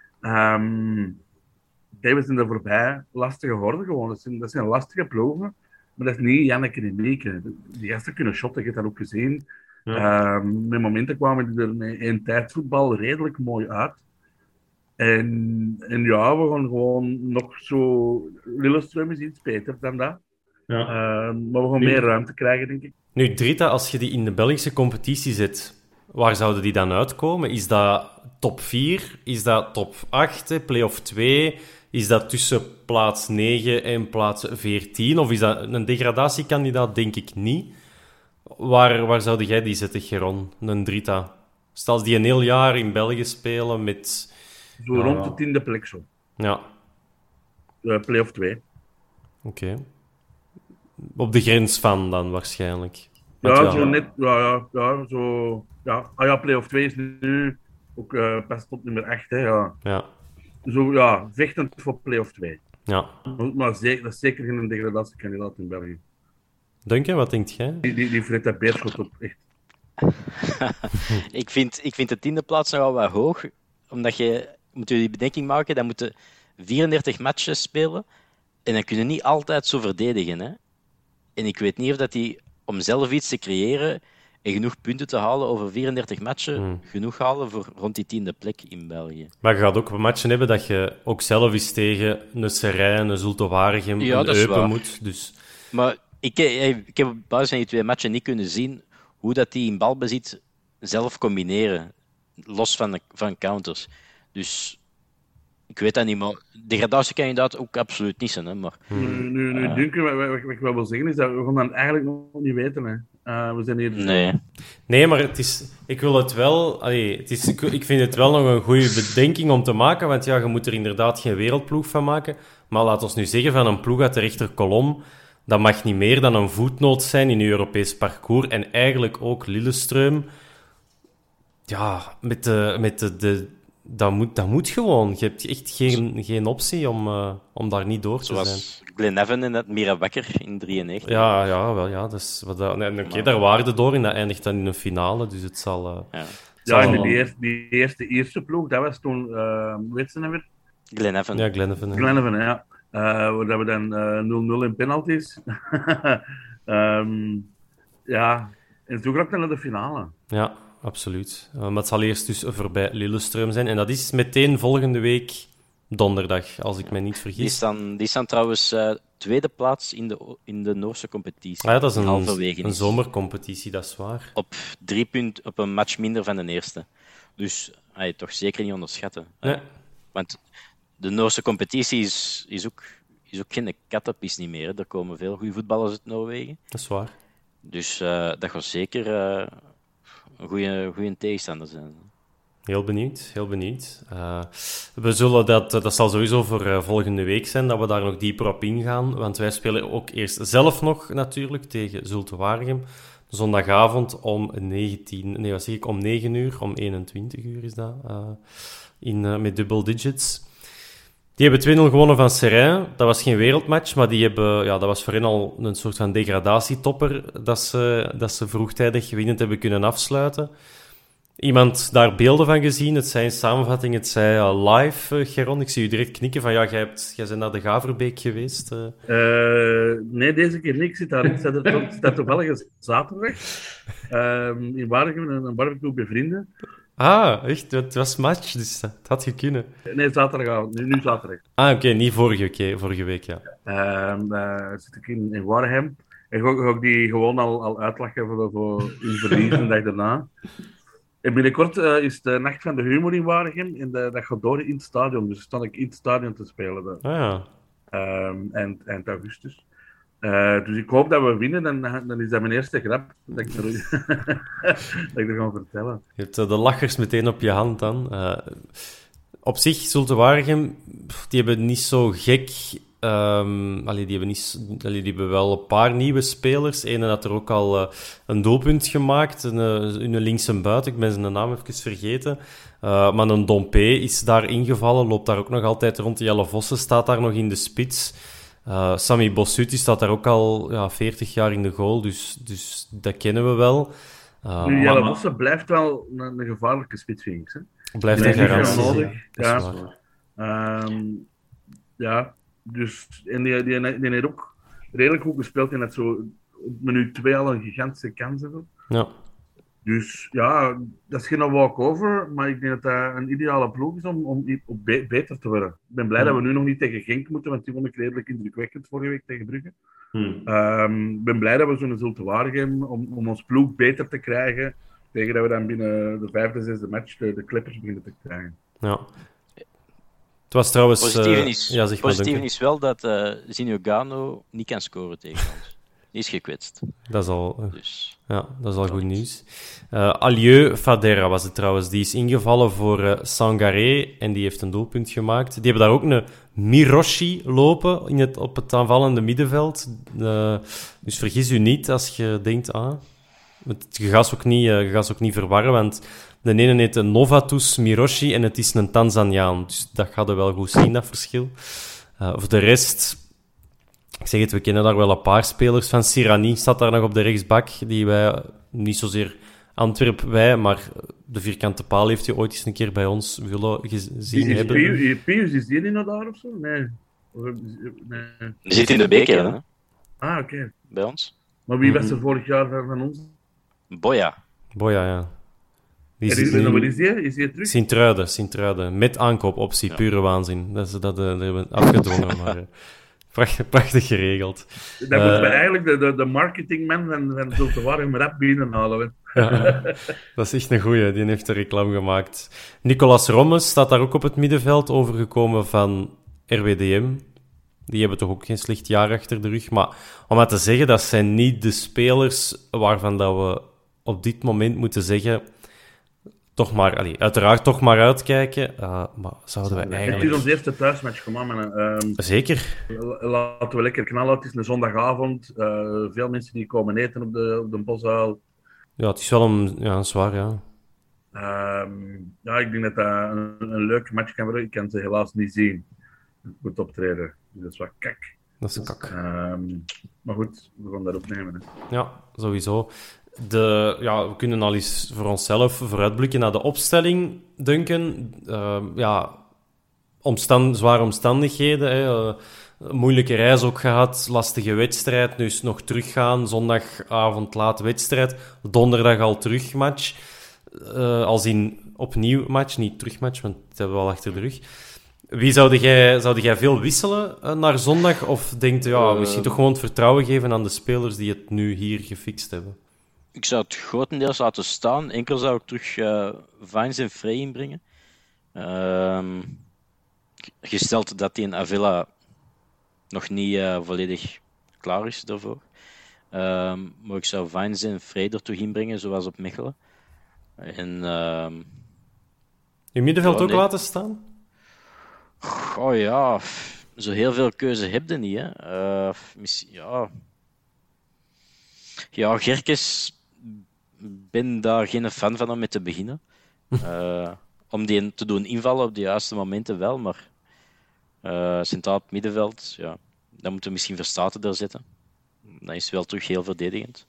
We zijn er voorbij lastige geworden gewoon. Dat zijn lastige ploegen, maar dat is niet Janneke en Mieke. Die gasten kunnen shotten, je hebt dat ook gezien. Ja. Met momenten kwamen die er met één tijdvoetbal redelijk mooi uit. En ja, we gaan gewoon nog zo... Lillestrøm is iets beter dan dat. Ja. Maar we gaan meer ruimte krijgen, denk ik. Nu, Drita, als je die in de Belgische competitie zet, waar zouden die dan uitkomen? Is dat top 4? Is dat top 8? Play-off 2? Is dat tussen plaats 9 en plaats 14? Of is dat een degradatiekandidaat? Denk ik niet. Waar zou jij die zetten, Geron? Een Drita? Stel als die een heel jaar in België spelen met... Zo rond de 10e plek zo. Ja. Play-off 2. Oké. Op de grens van dan waarschijnlijk. Ja, zo net... Ja, zo... Ja, play-off 2 is nu ook pas tot nummer 8, hè. Ja. Zo, vechtend voor play-off 2. Ja. Maar zeker, dat is zeker geen degradatiekandidaat in België. Duncan, wat denkt jij? Die Fred dat Beerschot op, echt. Ik vind de 10e plaats nogal wat hoog, omdat moet je die bedenking maken, dat moeten 34 matches spelen en dan kunnen niet altijd zo verdedigen. Hè? En ik weet niet of dat die, om zelf iets te creëren en genoeg punten te halen over 34 matchen, genoeg halen voor rond die 10e plek in België. Maar je gaat ook matchen hebben dat je ook zelf eens tegen een Serijn, een Zulte Waregem, een Eupen moet. Dus... Maar ik heb op basis van die 2 matchen niet kunnen zien hoe dat die in balbezit zelf combineren, los van counters. Dus ik weet dat niet, maar degradatiekandidaat ook absoluut niet zijn. Hè, maar... Nu wat ik wel wil zeggen is dat we gaan dat eigenlijk nog niet weten. Hè. We zijn hier... Nee, maar het is... Ik wil het wel... ik vind het wel nog een goede bedenking om te maken, want je moet er inderdaad geen wereldploeg van maken. Maar laat ons nu zeggen van een ploeg uit de rechterkolom, dat mag niet meer dan een voetnoot zijn in je Europees parcours. En eigenlijk ook Lillestrøm. Ja, dat moet gewoon. Je hebt echt geen optie om daar niet door te zijn. Zoals Glenavon en dat Mira Bakker in 93. Ja. Oké, daar waren ze door en dat eindigt dan in een finale. Dus het zal... en die eerste Ierse ploeg, dat was toen... weet je nou weer? Glenavon. Ja, Glenavon. Glenavon, ja. Waar we dan 0-0 in penalties. En toen kwam dan naar de finale. Ja. absoluut. Maar het zal eerst dus voorbij Lillestrøm zijn. En dat is meteen volgende week donderdag, als ik me niet vergis. Die staan trouwens tweede plaats in de Noorse competitie. Dat is een zomercompetitie, dat is waar. Op 3 punten, op een match minder van de eerste. Dus toch zeker niet onderschatten. Nee. Want de Noorse competitie is ook geen kattenpis niet meer. Hè. Er komen veel goede voetballers uit Noorwegen. Dat is waar. Dus dat gaat zeker een goede tegenstander zijn. Heel benieuwd. We zullen dat zal sowieso voor volgende week zijn, dat we daar nog dieper op ingaan. Want wij spelen ook eerst zelf nog natuurlijk tegen Zulte Waregem. Zondagavond om 9 uur, om 21 uur is dat, met double digits. Die hebben 2-0 gewonnen van Seraing. Dat was geen wereldmatch, maar dat was voor hen al een soort van degradatietopper dat ze vroegtijdig winnend hebben kunnen afsluiten. Iemand daar beelden van gezien? Het zijn samenvatting, het zij live, Geron. Ik zie u direct knikken van, jij bent naar de Gaverbeek geweest. Nee, deze keer niet. Ik zit daar toevallig zaterdag in Waregem, een barbecue bij vrienden. Ah, echt? Het was match, dus het had kunnen. Nee, zaterdagavond. Nu zaterdag. Ah, oké, niet vorige week, ja. Zit ik in Waregem. En ga ik die gewoon al uitlachen voor in verlies de dag daarna. En binnenkort is de Nacht van de Humor in Waregem en dat gaat door in het stadion. Dus sta ik in het stadion te spelen. Eind augustus. Dus ik hoop dat we winnen en dan is dat mijn eerste grap dat ik er ga vertellen. Je hebt de lachers meteen op je hand dan. Op zich, Zulte Waregem, die hebben niet zo gek... die hebben wel een paar nieuwe spelers. Ene had er ook al een doelpunt gemaakt. Een linkse buiten, ik ben zijn naam even vergeten. Maar een Dompe is daar ingevallen, loopt daar ook nog altijd rond. Jelle Vossen staat daar nog in de spits. Sami Bossuti staat daar ook al 40 jaar in de goal, dus dat kennen we wel. Jelle Vossen blijft wel een gevaarlijke spits, vind ik. Blijft een garantie. Nodig. Ja. Dus, en die heeft ook redelijk goed gespeeld en net zo op minuut 2 al een gigantische kans hebben. Ja. Dus ja, dat is geen walk-over, maar ik denk dat dat een ideale ploeg is om beter te worden. Ik ben blij dat we nu nog niet tegen Genk moeten, want die vond ik redelijk indrukwekkend vorige week tegen Brugge. Ik ben blij dat we zo'n Zulte Waregem om ons ploeg beter te krijgen, tegen dat we dan binnen de 5e, 6e match de Clippers beginnen te krijgen. Ja. Het was trouwens... Positief is wel dat Zinogano niet kan scoren tegen ons. Die is gekwetst. Dat is al goed nieuws. Alieu Fadera was het trouwens. Die is ingevallen voor Sangaré en die heeft een doelpunt gemaakt. Die hebben daar ook een Miroshi lopen op het aanvallende middenveld. Dus vergis u niet als je denkt... je gaat ze ook niet verwarren, want... De ene heet een Novatus Miroshi en het is een Tanzaniaan. Dus dat gaat er wel goed zien, dat verschil. Voor de rest... Ik zeg het, we kennen daar wel een paar spelers van. Sirani staat daar nog op de rechtsbak, die wij niet zozeer Antwerpen maar de vierkante paal heeft hij ooit eens een keer bij ons willen gezien hebben. Pius, is die niet nog daar of zo? Nee. Die zit in de beker, hè? Ah, oké. Bij ons. Maar wie was er vorig jaar van ons? Boya, ja. Is die terug? Sint-Truiden. Met aankoopoptie, pure waanzin. Dat hebben we afgedwongen, maar prachtig geregeld. Dan moeten we eigenlijk de marketingman van Zulte Waregem rap binnenhalen. Ja, dat is echt een goeie, die heeft de reclame gemaakt. Nicolas Rommes staat daar ook op het middenveld, overgekomen van RWDM. Die hebben toch ook geen slecht jaar achter de rug. Maar om maar te zeggen, dat zijn niet de spelers waarvan dat we op dit moment moeten zeggen... uiteraard toch maar uitkijken. Maar zouden we eigenlijk... Het is ons eerste thuismatch, man. Zeker. Laten we lekker knallen. Het is een zondagavond. Veel mensen die komen eten op de Bosuil. Ja, het is wel een zwaar, ja. Ik denk dat dat een leuke match kan worden. Ik kan ze helaas niet zien. Het moet optreden. Dus dat is wat kak. Dat is een kak. Maar goed, we gaan dat opnemen. Hè. Ja, sowieso. We kunnen al eens voor onszelf vooruitblikken naar de opstelling, Duncan. Zware omstandigheden. Hè. Moeilijke reis ook gehad, lastige wedstrijd. Nu is nog teruggaan, zondagavond laat wedstrijd. Donderdag al terugmatch. als in opnieuw match, niet terugmatch, want dat hebben we al achter de rug. Wie zou jij veel wisselen naar zondag? Of denkt misschien toch gewoon het vertrouwen geven aan de spelers die het nu hier gefixt hebben? Ik zou het grotendeels laten staan. Enkel zou ik terug Vines en Frey inbrengen. Gesteld dat die in Avila nog niet volledig klaar is daarvoor. Maar ik zou Vines en Frey er toch inbrengen, zoals op Mechelen. En je middenveld ook laten staan? Oh ja, zo heel veel keuze heb je niet. Hè. Ja, Gerkes, ben daar geen fan van om mee te beginnen. Om die te doen invallen op de juiste momenten wel, maar centraal op het middenveld, ja, dan moeten we misschien Verstraeten daar zetten. Dan is het wel terug heel verdedigend.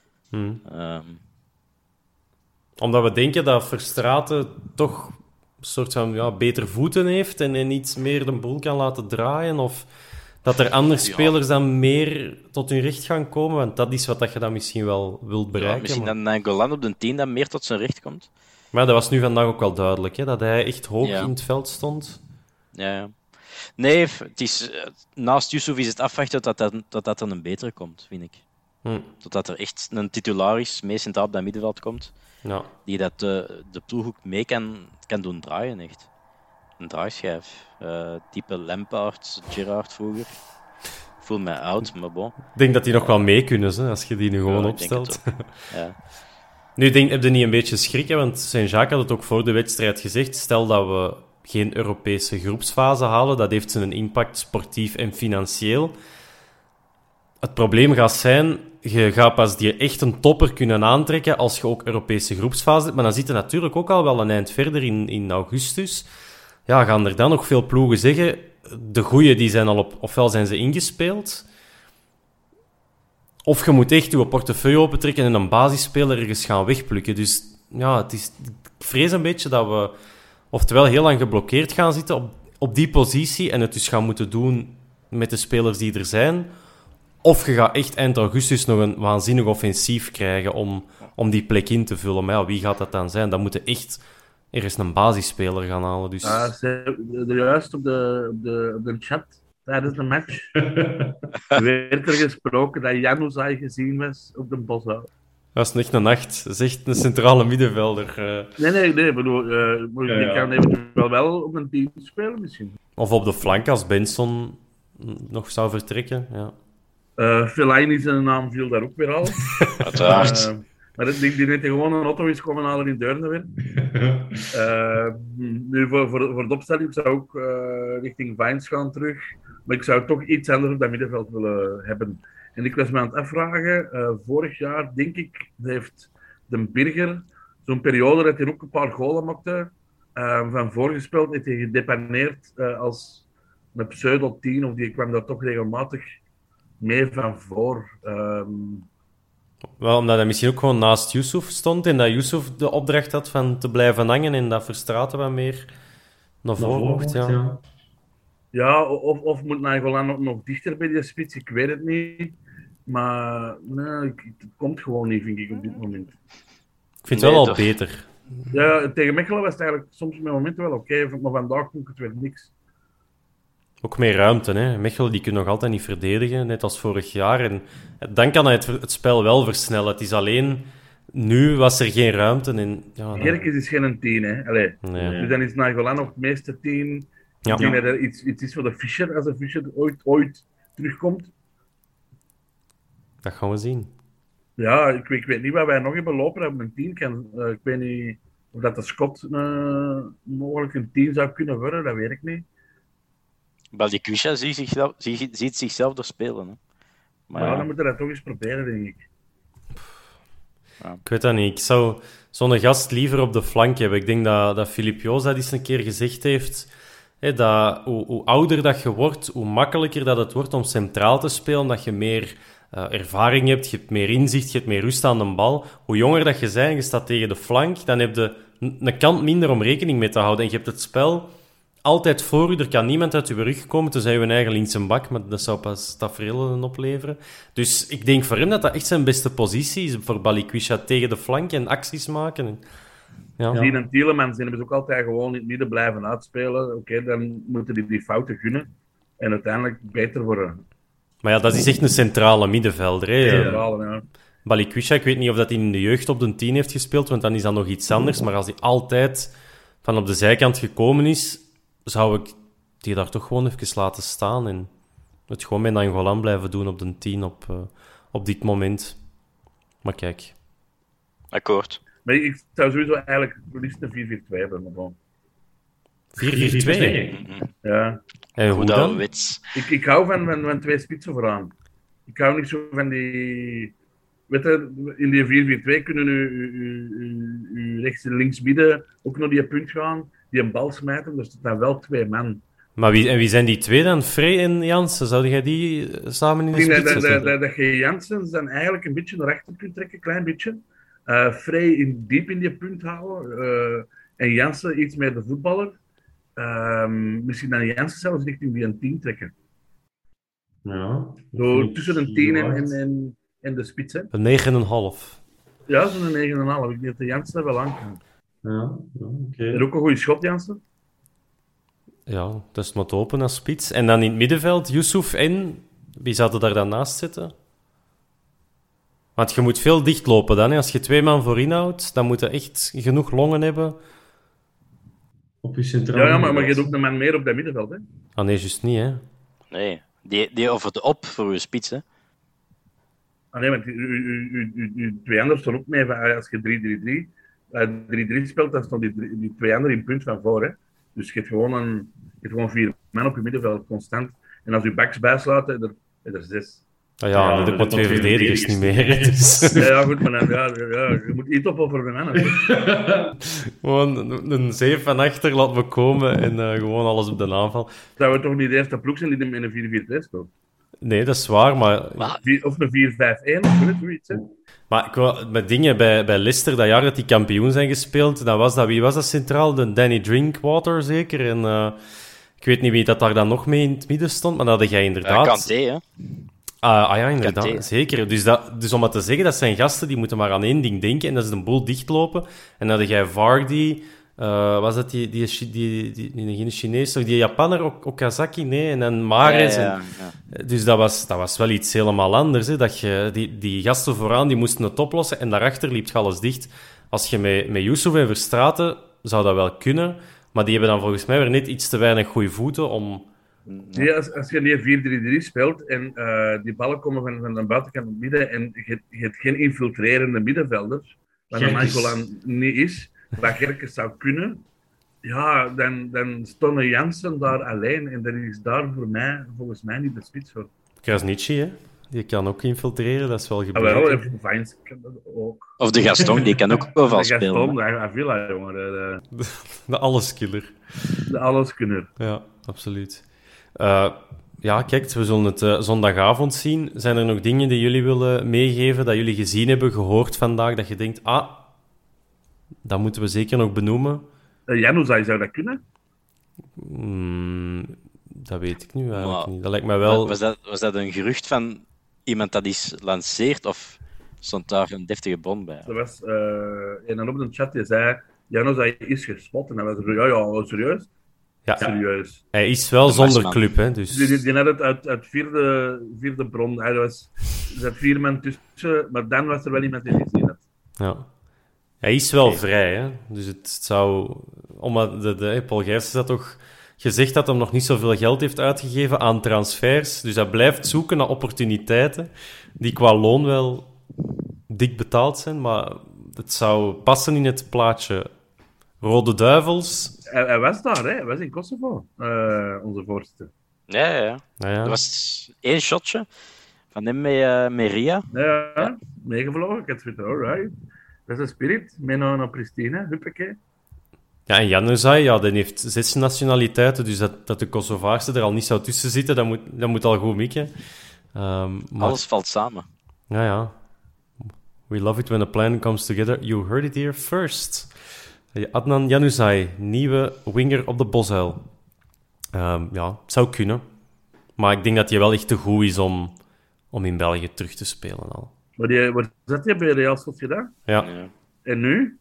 Omdat we denken dat Verstraeten toch een soort van beter voeten heeft en iets meer de boel kan laten draaien, of dat er andere spelers dan meer tot hun recht gaan komen, want dat is wat je dan misschien wel wilt bereiken. Misschien dat Nainggolan op de 10 dan meer tot zijn recht komt. Maar dat was nu vandaag ook wel duidelijk, hè, dat hij echt hoog in het veld stond. Ja. Nee, het is, naast Yusuf is het afwachten dat er een betere komt, vind ik. Totdat er echt een titularis mee centraal op dat middenveld komt. Ja. Die dat de ploeg ook mee kan doen draaien, echt. Een draaischijf. Type Lampaard, Gerrard vroeger. Ik voel mij oud, maar bon. Ik denk dat die nog wel mee kunnen, hè, als je die nu gewoon opstelt. Ja. Nu heb je niet een beetje schrik, hè, want Saint-Jacques had het ook voor de wedstrijd gezegd. Stel dat we geen Europese groepsfase halen, dat heeft een impact sportief en financieel. Het probleem gaat zijn, je gaat pas die echt een topper kunnen aantrekken als je ook Europese groepsfase hebt. Maar dan zit je natuurlijk ook al wel een eind verder in augustus. Ja, gaan er dan nog veel ploegen zeggen, de goeie die zijn al ofwel zijn ze ingespeeld, of je moet echt je portefeuille opentrekken en een basisspeler ergens gaan wegplukken. Dus ja, ik vrees een beetje dat we oftewel heel lang geblokkeerd gaan zitten op die positie en het dus gaan moeten doen met de spelers die er zijn. Of je gaat echt eind augustus nog een waanzinnig offensief krijgen om die plek in te vullen. Maar ja, wie gaat dat dan zijn? Dan moeten echt ergens een basisspeler gaan halen. Dus... juist op de chat tijdens de match werd er gesproken dat Januzaj gezien was op de Boshout. Dat is echt een nacht. Dat is echt een centrale middenvelder. Nee. Die kan eventueel wel op een team spelen misschien. Of op de flank als Benson nog zou vertrekken, ja. Fellaini zijn naam viel daar ook weer al. Uiteraard. Maar die net gewoon een auto is komen halen in Deurne weer. Nu voor de opstelling zou ik ook richting Vines gaan terug. Maar ik zou toch iets anders op dat middenveld willen hebben. En ik was me aan het afvragen, vorig jaar denk ik, heeft de Birger zo'n periode dat hij ook een paar golen maakte. Van voorgespeeld, heeft hij gedepaneerd als een pseudo-10, of die kwam daar toch regelmatig mee van voor. Wel, omdat hij misschien ook gewoon naast Yusuf stond en dat Yusuf de opdracht had van te blijven hangen en dat Verstraeten wat meer naar voren mocht. Ja, of moet Nainggolan nog dichter bij die spits? Ik weet het niet. Maar nee, het komt gewoon niet, vind ik, op dit moment. Ik vind het wel al beter. Ja, tegen Mechelen was het eigenlijk soms met momenten wel oké, maar vandaag vond ik het weer niks. Ook meer ruimte, hè. Mechelen die kunnen nog altijd niet verdedigen, net als vorig jaar. En dan kan hij het spel wel versnellen. Het is alleen, nu was er geen ruimte. En, ja, Gerkes is geen 10, hè. Allee. Nee. Dus dan is Nainggolan nog het meeste 10. Ja. Ik denk dat er iets is voor de Fischer, als de Fischer ooit terugkomt. Dat gaan we zien. Ja, ik weet niet wat wij nog hebben lopen op een 10 kan. Ik weet niet of dat de Scott mogelijk een 10 zou kunnen worden, dat weet ik niet. Balikwisha ziet zichzelf er spelen. Hè. Maar ja, dan moeten we dat toch eens proberen, denk ik. Ja. Ik weet dat niet. Ik zou zo'n gast liever op de flank hebben. Ik denk dat Filip Joos dat eens een keer gezegd heeft. Hè, dat hoe ouder dat je wordt, hoe makkelijker dat het wordt om centraal te spelen. Dat je meer ervaring hebt, je hebt meer inzicht, je hebt meer rust aan de bal. Hoe jonger dat je bent en je staat tegen de flank, dan heb je een kant minder om rekening mee te houden. En je hebt het spel altijd voor u. Er kan niemand uit uw rug komen, tenzij je een eigen linkse bak, maar dat zou pas tafereelen opleveren. Dus ik denk voor hem dat echt zijn beste positie is, voor Balikwisha tegen de flank en acties maken. Ja. Zien en Tielemans hebben ze ook altijd gewoon in het midden blijven uitspelen. Oké, dan moeten die fouten gunnen. En uiteindelijk beter worden. Maar ja, dat is echt een centrale middenvelder. Hè? Ja. Balikwisha, ik weet niet of dat hij in de jeugd op de 10 heeft gespeeld, want dan is dat nog iets anders. Maar als hij altijd van op de zijkant gekomen is, zou ik die daar toch gewoon even laten staan en het gewoon met Nainggolan blijven doen op de 10 op dit moment. Maar kijk. Akkoord. Maar ik zou sowieso eigenlijk liefst een 4-4-2 hebben. Maar gewoon. 4-4-2? Ja. En hoe dan? Ik hou van twee spitsen vooraan. Ik hou niet zo van die... Weet je, in die 4-4-2 kunnen u rechts en links midden ook naar die punt gaan, die een bal smijten, dus dat zijn wel 2 man. Maar wie zijn die twee dan? Frey en Jansen? Zou jij die samen in de spits zetten? Dat je Jansen dan eigenlijk een beetje naar achter kunt trekken, een klein beetje. Frey diep in die punt houden. En Jansen iets meer de voetballer. Misschien dan Jansen zelfs richting die een 10 trekken. Ja. Zo tussen een 10 en de spits. Hè. Een 9,5. Ja, zo'n 9,5. Ik denk dat de Jansen wel aan kan. Ja, oké. En ook een goede schot, Jansen. Ja, dat is maar te open als spits. En dan in het middenveld, Yusuf en... Wie zou er daar dan naast zitten? Want je moet veel dichtlopen dan. Hè. Als je 2 man voorin houdt, dan moet je echt genoeg longen hebben. Op je centrale Ja, maar je hebt ook een man meer op dat middenveld. Hè? Ah nee, juist niet, hè. Nee, die offert op voor uw spits, hè. Ah, nee, want uw 2 anderen staan ook mee. Als je 3-3 speelt, dan staan die 2 anderen in punt van voor. Hè? Dus je hebt gewoon 4 man op je middenveld, constant. En als je backs bijslaat, heb je er 6. Ah ja, dan heb ik maar 2 verdedigers niet meer. Dus. Ja, goed, maar dan, je moet iets opofferen bij mij. Gewoon een 7 van achter, laat me komen en gewoon alles op de aanval. Zou we toch niet de eerste ploeg zijn die in een 4-4-2 speelt? Nee, dat is waar, maar... Of een 4-5-1, of zoiets, hè? Maar met dingen bij Leicester, dat jaar dat die kampioen zijn gespeeld, dan was dat, wie was dat centraal? De Danny Drinkwater zeker? En ik weet niet wie dat daar dan nog mee in het midden stond, maar dat had jij inderdaad... Kanté, hè? Ja, inderdaad, Kanté. zeker. Dus om het te zeggen, dat zijn gasten die moeten maar aan één ding denken, en dat is de boel dichtlopen. En dan had jij Vardy... was dat geen Chinees, toch? Die Japaner, Okazaki, nee, en dan Mahrez. Ja. Dus dat was wel iets helemaal anders. Hè? Dat je, die gasten vooraan die moesten het oplossen en daarachter liep alles dicht. Als je met Yusuf en Verstraeten zou dat wel kunnen, maar die hebben dan volgens mij weer net iets te weinig goede voeten om... Nee, als je die 4-3-3 speelt en die ballen komen van de buitenkant naar midden en je hebt geen infiltrerende middenvelders, wat een Nainggolan niet is, wat Gerkes zou kunnen, ja, dan stonden Jansen daar alleen en dat is daar volgens mij niet de spits voor. Krasniqi, hè? Die kan ook infiltreren, dat is wel gebeurd. Wel, even Vines kan dat ook. Of de Gaston, die kan ook wel vals spelen. De Gaston, Avila, jongen. De alleskiller. De alleskunner. Ja, absoluut. Ja, kijk, we zullen het zondagavond zien. Zijn er nog dingen die jullie willen meegeven, dat jullie gezien hebben, gehoord vandaag, dat je denkt, dat moeten we zeker nog benoemen? Januzaj, zou dat kunnen? Dat weet ik nu eigenlijk niet. Dat lijkt mij wel... Was dat een gerucht van iemand dat is lanceert, of stond daar een deftige bron bij? Er was en op de chat die zei, Januzaj is gespot. En dan was er, ja, serieus? Ja, serieus. Hij is wel zonder club, hè. Dus... Die had het uit vierde bron. Er zat 4 man tussen, maar dan was er wel iemand die het gezien had. Ja. Hij is wel vrij, hè. Dus het zou... Omdat Paul Gijsens had toch gezegd dat hij nog niet zoveel geld heeft uitgegeven aan transfers. Dus hij blijft zoeken naar opportuniteiten die qua loon wel dik betaald zijn, maar het zou passen in het plaatje. Rode Duivels. Hij was daar, hè. Hij was in Kosovo, onze voorzitter. Ja. Er was 1 shotje van hem met Ria. Ja, meegevlogen. Ik had zoiets, alright. Dat is een spirit. Mee naar Pristina, huppakee. Ja, en Januzaj, die heeft 6 nationaliteiten, dus dat de Kosovaarse er al niet zou tussen zitten, dat moet al goed mikken. Maar... Alles valt samen. Ja. We love it when a plan comes together. You heard it here first. Adnan Januzaj, nieuwe winger op de Bosuil. Het zou kunnen. Maar ik denk dat hij wel echt te goed is om in België terug te spelen al. Maar waar zat hij bij Real Sociedad? Ja. En nu?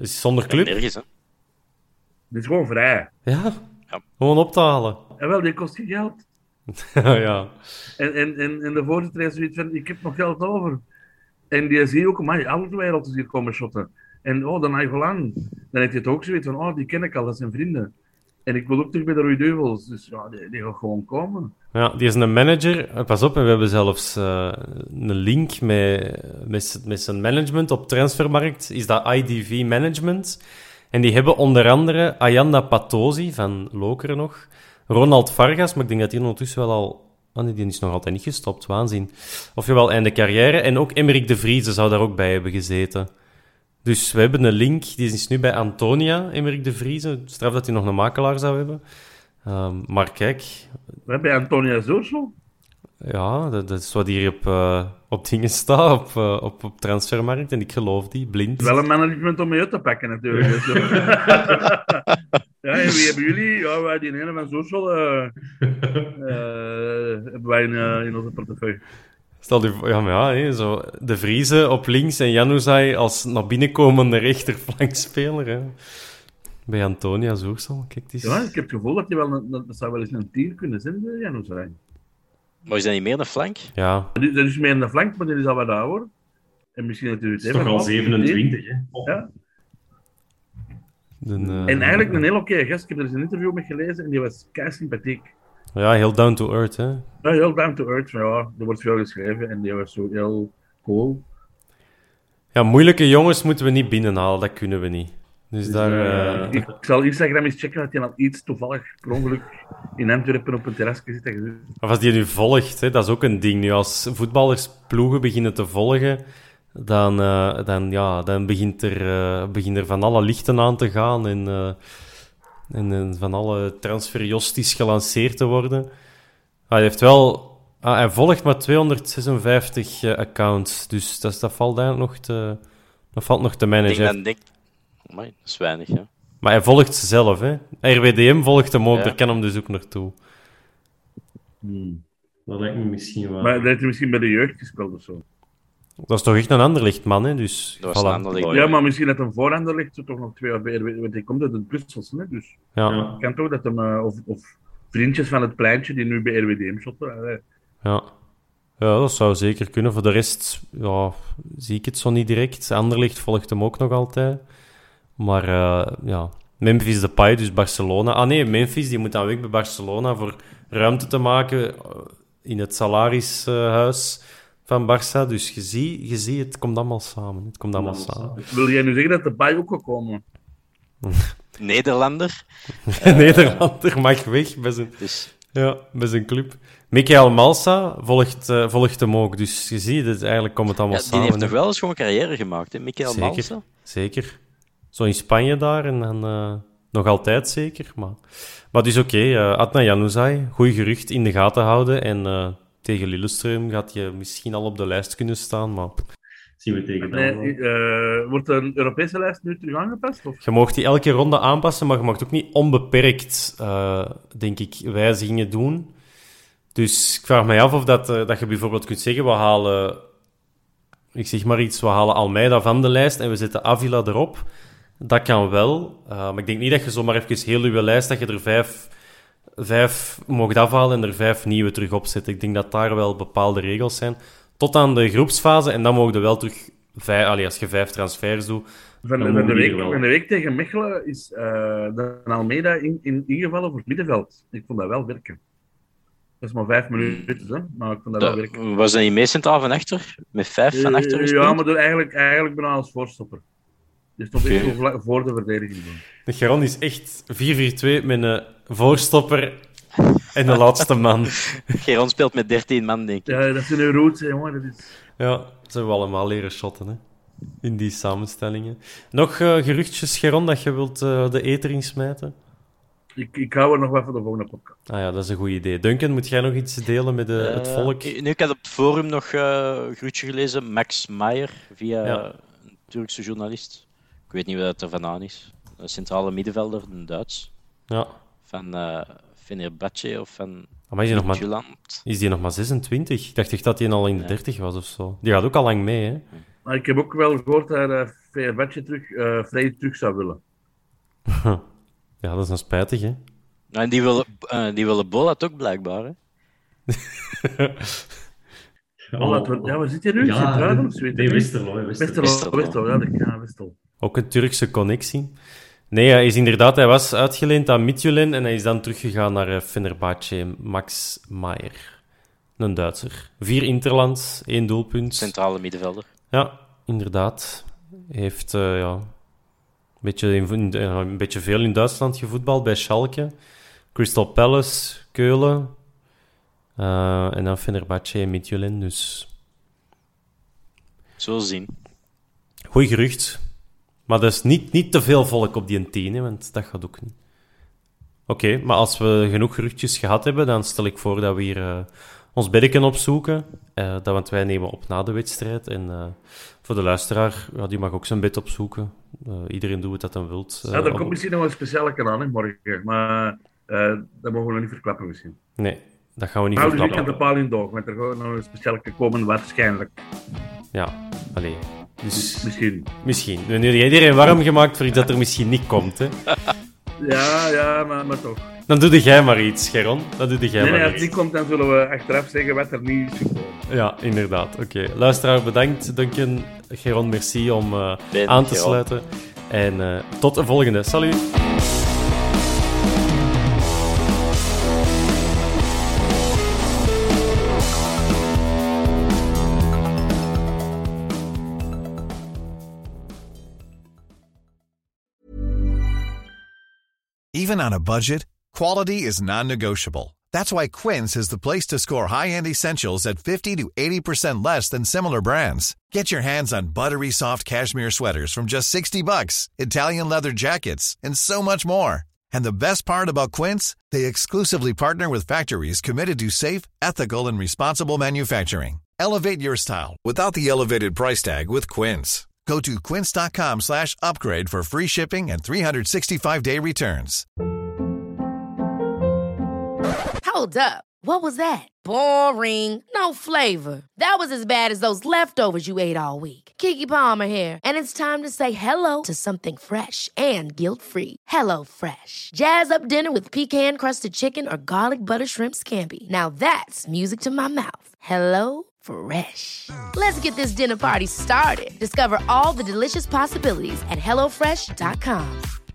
Is zonder club? Nergens, hè. Dit is gewoon vrij. Ja, gewoon op te halen. En wel, die kost geen geld. Ja. En de voorzitter heeft zoiets van, ik heb nog geld over. En die zie je ook, maar alle wereld is hier komen shotten. En dan Nainggolan, dan heb je het ook zoiets van, die ken ik al, dat zijn vrienden. En ik wil ook terug bij de Rode Duivels, dus ja, die gaat gewoon komen. Ja, die is een manager. Pas op, we hebben zelfs een link met zijn management op Transfermarkt. Is dat IDV Management. En die hebben onder andere Ayanda Patosi van Lokeren nog. Ronald Vargas, maar ik denk dat die ondertussen wel al... nee, die is nog altijd niet gestopt, waanzin. Of jawel, einde carrière. En ook Emerick de Vrieze zou daar ook bij hebben gezeten. Dus we hebben een link, die is nu bij Antonia, Emerick de Vrieze. Straf dat hij nog een makelaar zou hebben. Maar kijk... We hebben Antonia Zorsel. Ja, dat is wat hier op dingen staat, op Transfermarkt. En ik geloof die, blind. Wel een management om mee uit te pakken, natuurlijk. Dus, ja, en wie hebben jullie? Ja, wij die ene van Zorsel hebben wij in onze portefeuille. Stel je voor, ja, maar ja, hè, zo de Vrieze op links en Januzaj als naar binnenkomende rechterflankspeler. Hè. Bij Antonia Zoersel, kijk eens. Ja, ik heb het gevoel dat je wel dat zou wel eens een 10 kunnen zijn, Januzaj. Maar is dat niet meer een flank? Ja. Dat is meer een flank, maar die is al wat ouder. En misschien natuurlijk... Dat is toch al 27, hè? Ja. En eigenlijk een heel oké gast. Ik heb er eens een interview mee gelezen en die was kei sympathiek. Ja, heel down to earth, hè? Ja, heel down to earth. Maar ja, er wordt veel geschreven en die was zo heel cool. Ja, moeilijke jongens moeten we niet binnenhalen, dat kunnen we niet. Dus daar... Ik zal Instagram eens checken dat hij al iets toevallig per ongeluk in Antwerpen op een terrasje zit. Of als die nu volgt, hè, dat is ook een ding. Nu als voetballers ploegen beginnen te volgen, dan begint er van alle lichten aan te gaan en van alle transferjosties gelanceerd te worden. Hij heeft wel... hij volgt maar 256 accounts, dus dat valt eigenlijk nog te managen. Dat is weinig, ja. Maar hij volgt ze zelf, hè. RWDM volgt hem ook, daar kan hem dus ook naartoe. Dat lijkt me misschien wel. Maar dat heeft hij misschien bij de jeugd gespeeld of zo. Dat is toch echt een Anderlechtman, hè, dus... Dat was een Anderlecht. Ja, maar misschien dat een voorhander ligt, zo toch nog 2 jaar bij RWDM, want hij komt uit het Brussels, hè, dus... Ja. Kan toch dat hem... Of vriendjes van het pleintje die nu bij RWDM shotten. Ja, dat zou zeker kunnen. Voor de rest zie ik het zo niet direct. Anderlecht volgt hem ook nog altijd. Maar Memphis Depay, dus Barcelona. Memphis die moet dan weg bij Barcelona voor ruimte te maken in het salarishuis van Barça. Dus je ziet, het komt allemaal samen. Wil jij nu zeggen dat Depay ook gaat komen? Nederlander. Nederlander mag weg bij zijn club. Michael Malsa volgt hem ook. Dus je ziet het, eigenlijk komt het allemaal samen. Die heeft nog wel eens gewoon carrière gemaakt, hè? Michael Malsa. Zeker. Zo in Spanje daar en dan nog altijd zeker. Maar dus oké, Adnan Januzaj, goeie gerucht in de gaten houden. En tegen Lillestrøm gaat je misschien al op de lijst kunnen staan, maar... Zien we tegen wordt de Europese lijst nu terug aangepast? Of? Je mag die elke ronde aanpassen, maar je mag ook niet onbeperkt, denk ik, wijzigingen doen. Dus ik vraag mij af of dat je bijvoorbeeld kunt zeggen, we halen... Ik zeg maar iets, we halen Almeida van de lijst en we zetten Avila erop. Dat kan wel, maar ik denk niet dat je zomaar even heel je lijst, dat je er vijf mocht afhalen en er 5 nieuwe terug opzet. Ik denk dat daar wel bepaalde regels zijn. Tot aan de groepsfase, en dan mogen we wel terug... als je 5 transfers doet... Van de week tegen Mechelen is de Almeida ingevallen voor het middenveld. Ik vond dat wel werken. Dat is maar 5 minuten, hè? Maar ik vond dat wel werken. Was dat niet mee centraal van achter? Met 5 van achter gespeeld? Ja, maar eigenlijk bijna als voorstopper. Dus toch echt voor de verdediging doen. De Geron is echt 4-4-2 met een voorstopper en de laatste man. Geron speelt met 13 man, denk ik. Ja, dat zijn hun roots, jongen. Dat is... Ja, ze hebben we allemaal leren shotten, hè. In die samenstellingen. Nog geruchtjes, Geron, dat je wilt de eter insmijten? Ik hou er nog wat voor de volgende podcast. Ja, dat is een goed idee. Duncan, moet jij nog iets delen met het volk? Nu, ik had op het forum nog een geruchtje gelezen. Max Maier, via een Turkse journalist. Ik weet niet wat er vandaan is. Een centrale middenvelder, een Duits. Ja. Van Fenerbahce of van... Maar is die nog maar 26? Ik dacht echt dat hij al in de 30 was of zo. Die gaat ook al lang mee, hè? Maar ik heb ook wel gehoord dat Fenerbahce Vrij terug zou willen. Ja, dat is een spijtig, hè? En die willen Bolat ook blijkbaar, hè? Waar zit je nu? Sint-Truiden of zoiets? Nee, Westerlo. Westerlo. Ook een Turkse connectie. Nee, hij was uitgeleend aan Midtjylland en hij is dan teruggegaan naar Fenerbahce. Max Maier, een Duitser. 4 interlands, 1 doelpunt. Centrale middenvelder. Ja, inderdaad. Hij heeft een beetje veel in Duitsland gevoetbald, bij Schalke. Crystal Palace, Keulen. En dan Fenerbahce en Midtjylland, dus... Zo zien. Goeie gerucht. Maar er is niet te veel volk op die 10, hè, want dat gaat ook niet. Oké, maar als we genoeg geruchtjes gehad hebben, dan stel ik voor dat we hier ons beddeken opzoeken. Want wij nemen op na de wedstrijd. En voor de luisteraar, die mag ook zijn bed opzoeken. Iedereen doet wat hij wilt. Er komt misschien nog een speciale kanaal, hè, morgen. Maar dat mogen we nog niet verklappen misschien. Nee, dat gaan we niet verklappen. verklappen. Nou, dus ik heb de paal in doog, want er gaat nog een speciale komen, waarschijnlijk. Ja, allee. Dus misschien. Nu heb iedereen warm gemaakt voor iets dat er misschien niet komt, hè? Ja, maar toch. Dan doe jij maar iets, Geron. Als het niet komt, dan zullen we achteraf zeggen wat er niet is gekomen. Ja, inderdaad. Oké. Luisteraar, bedankt. Duncan, Geron, merci om aan te sluiten. En tot de volgende. Salut! Even on a budget, quality is non-negotiable. That's why Quince is the place to score high-end essentials at 50 to 80% less than similar brands. Get your hands on buttery soft cashmere sweaters from just $60, Italian leather jackets, and so much more. And the best part about Quince, they exclusively partner with factories committed to safe, ethical, and responsible manufacturing. Elevate your style without the elevated price tag with Quince. Go to quince.com/upgrade for free shipping and 365-day returns. Hold up. What was that? Boring. No flavor. That was as bad as those leftovers you ate all week. Keke Palmer here, and it's time to say hello to something fresh and guilt-free. Hello Fresh. Jazz up dinner with pecan-crusted chicken or garlic butter shrimp scampi. Now that's music to my mouth. Hello Fresh. Let's get this dinner party started. Discover all the delicious possibilities at HelloFresh.com.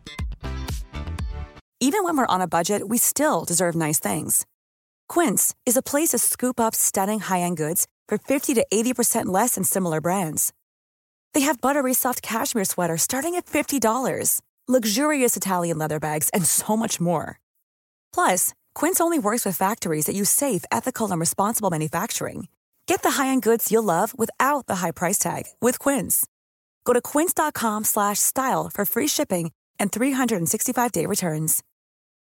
Even when we're on a budget, we still deserve nice things. Quince is a place to scoop up stunning high-end goods for 50 to 80% less than similar brands. They have buttery soft cashmere sweaters starting at $50, luxurious Italian leather bags, and so much more. Plus, Quince only works with factories that use safe, ethical, and responsible manufacturing. Get the high-end goods you'll love without the high price tag with Quince. Go to quince.com/style for free shipping and 365-day returns.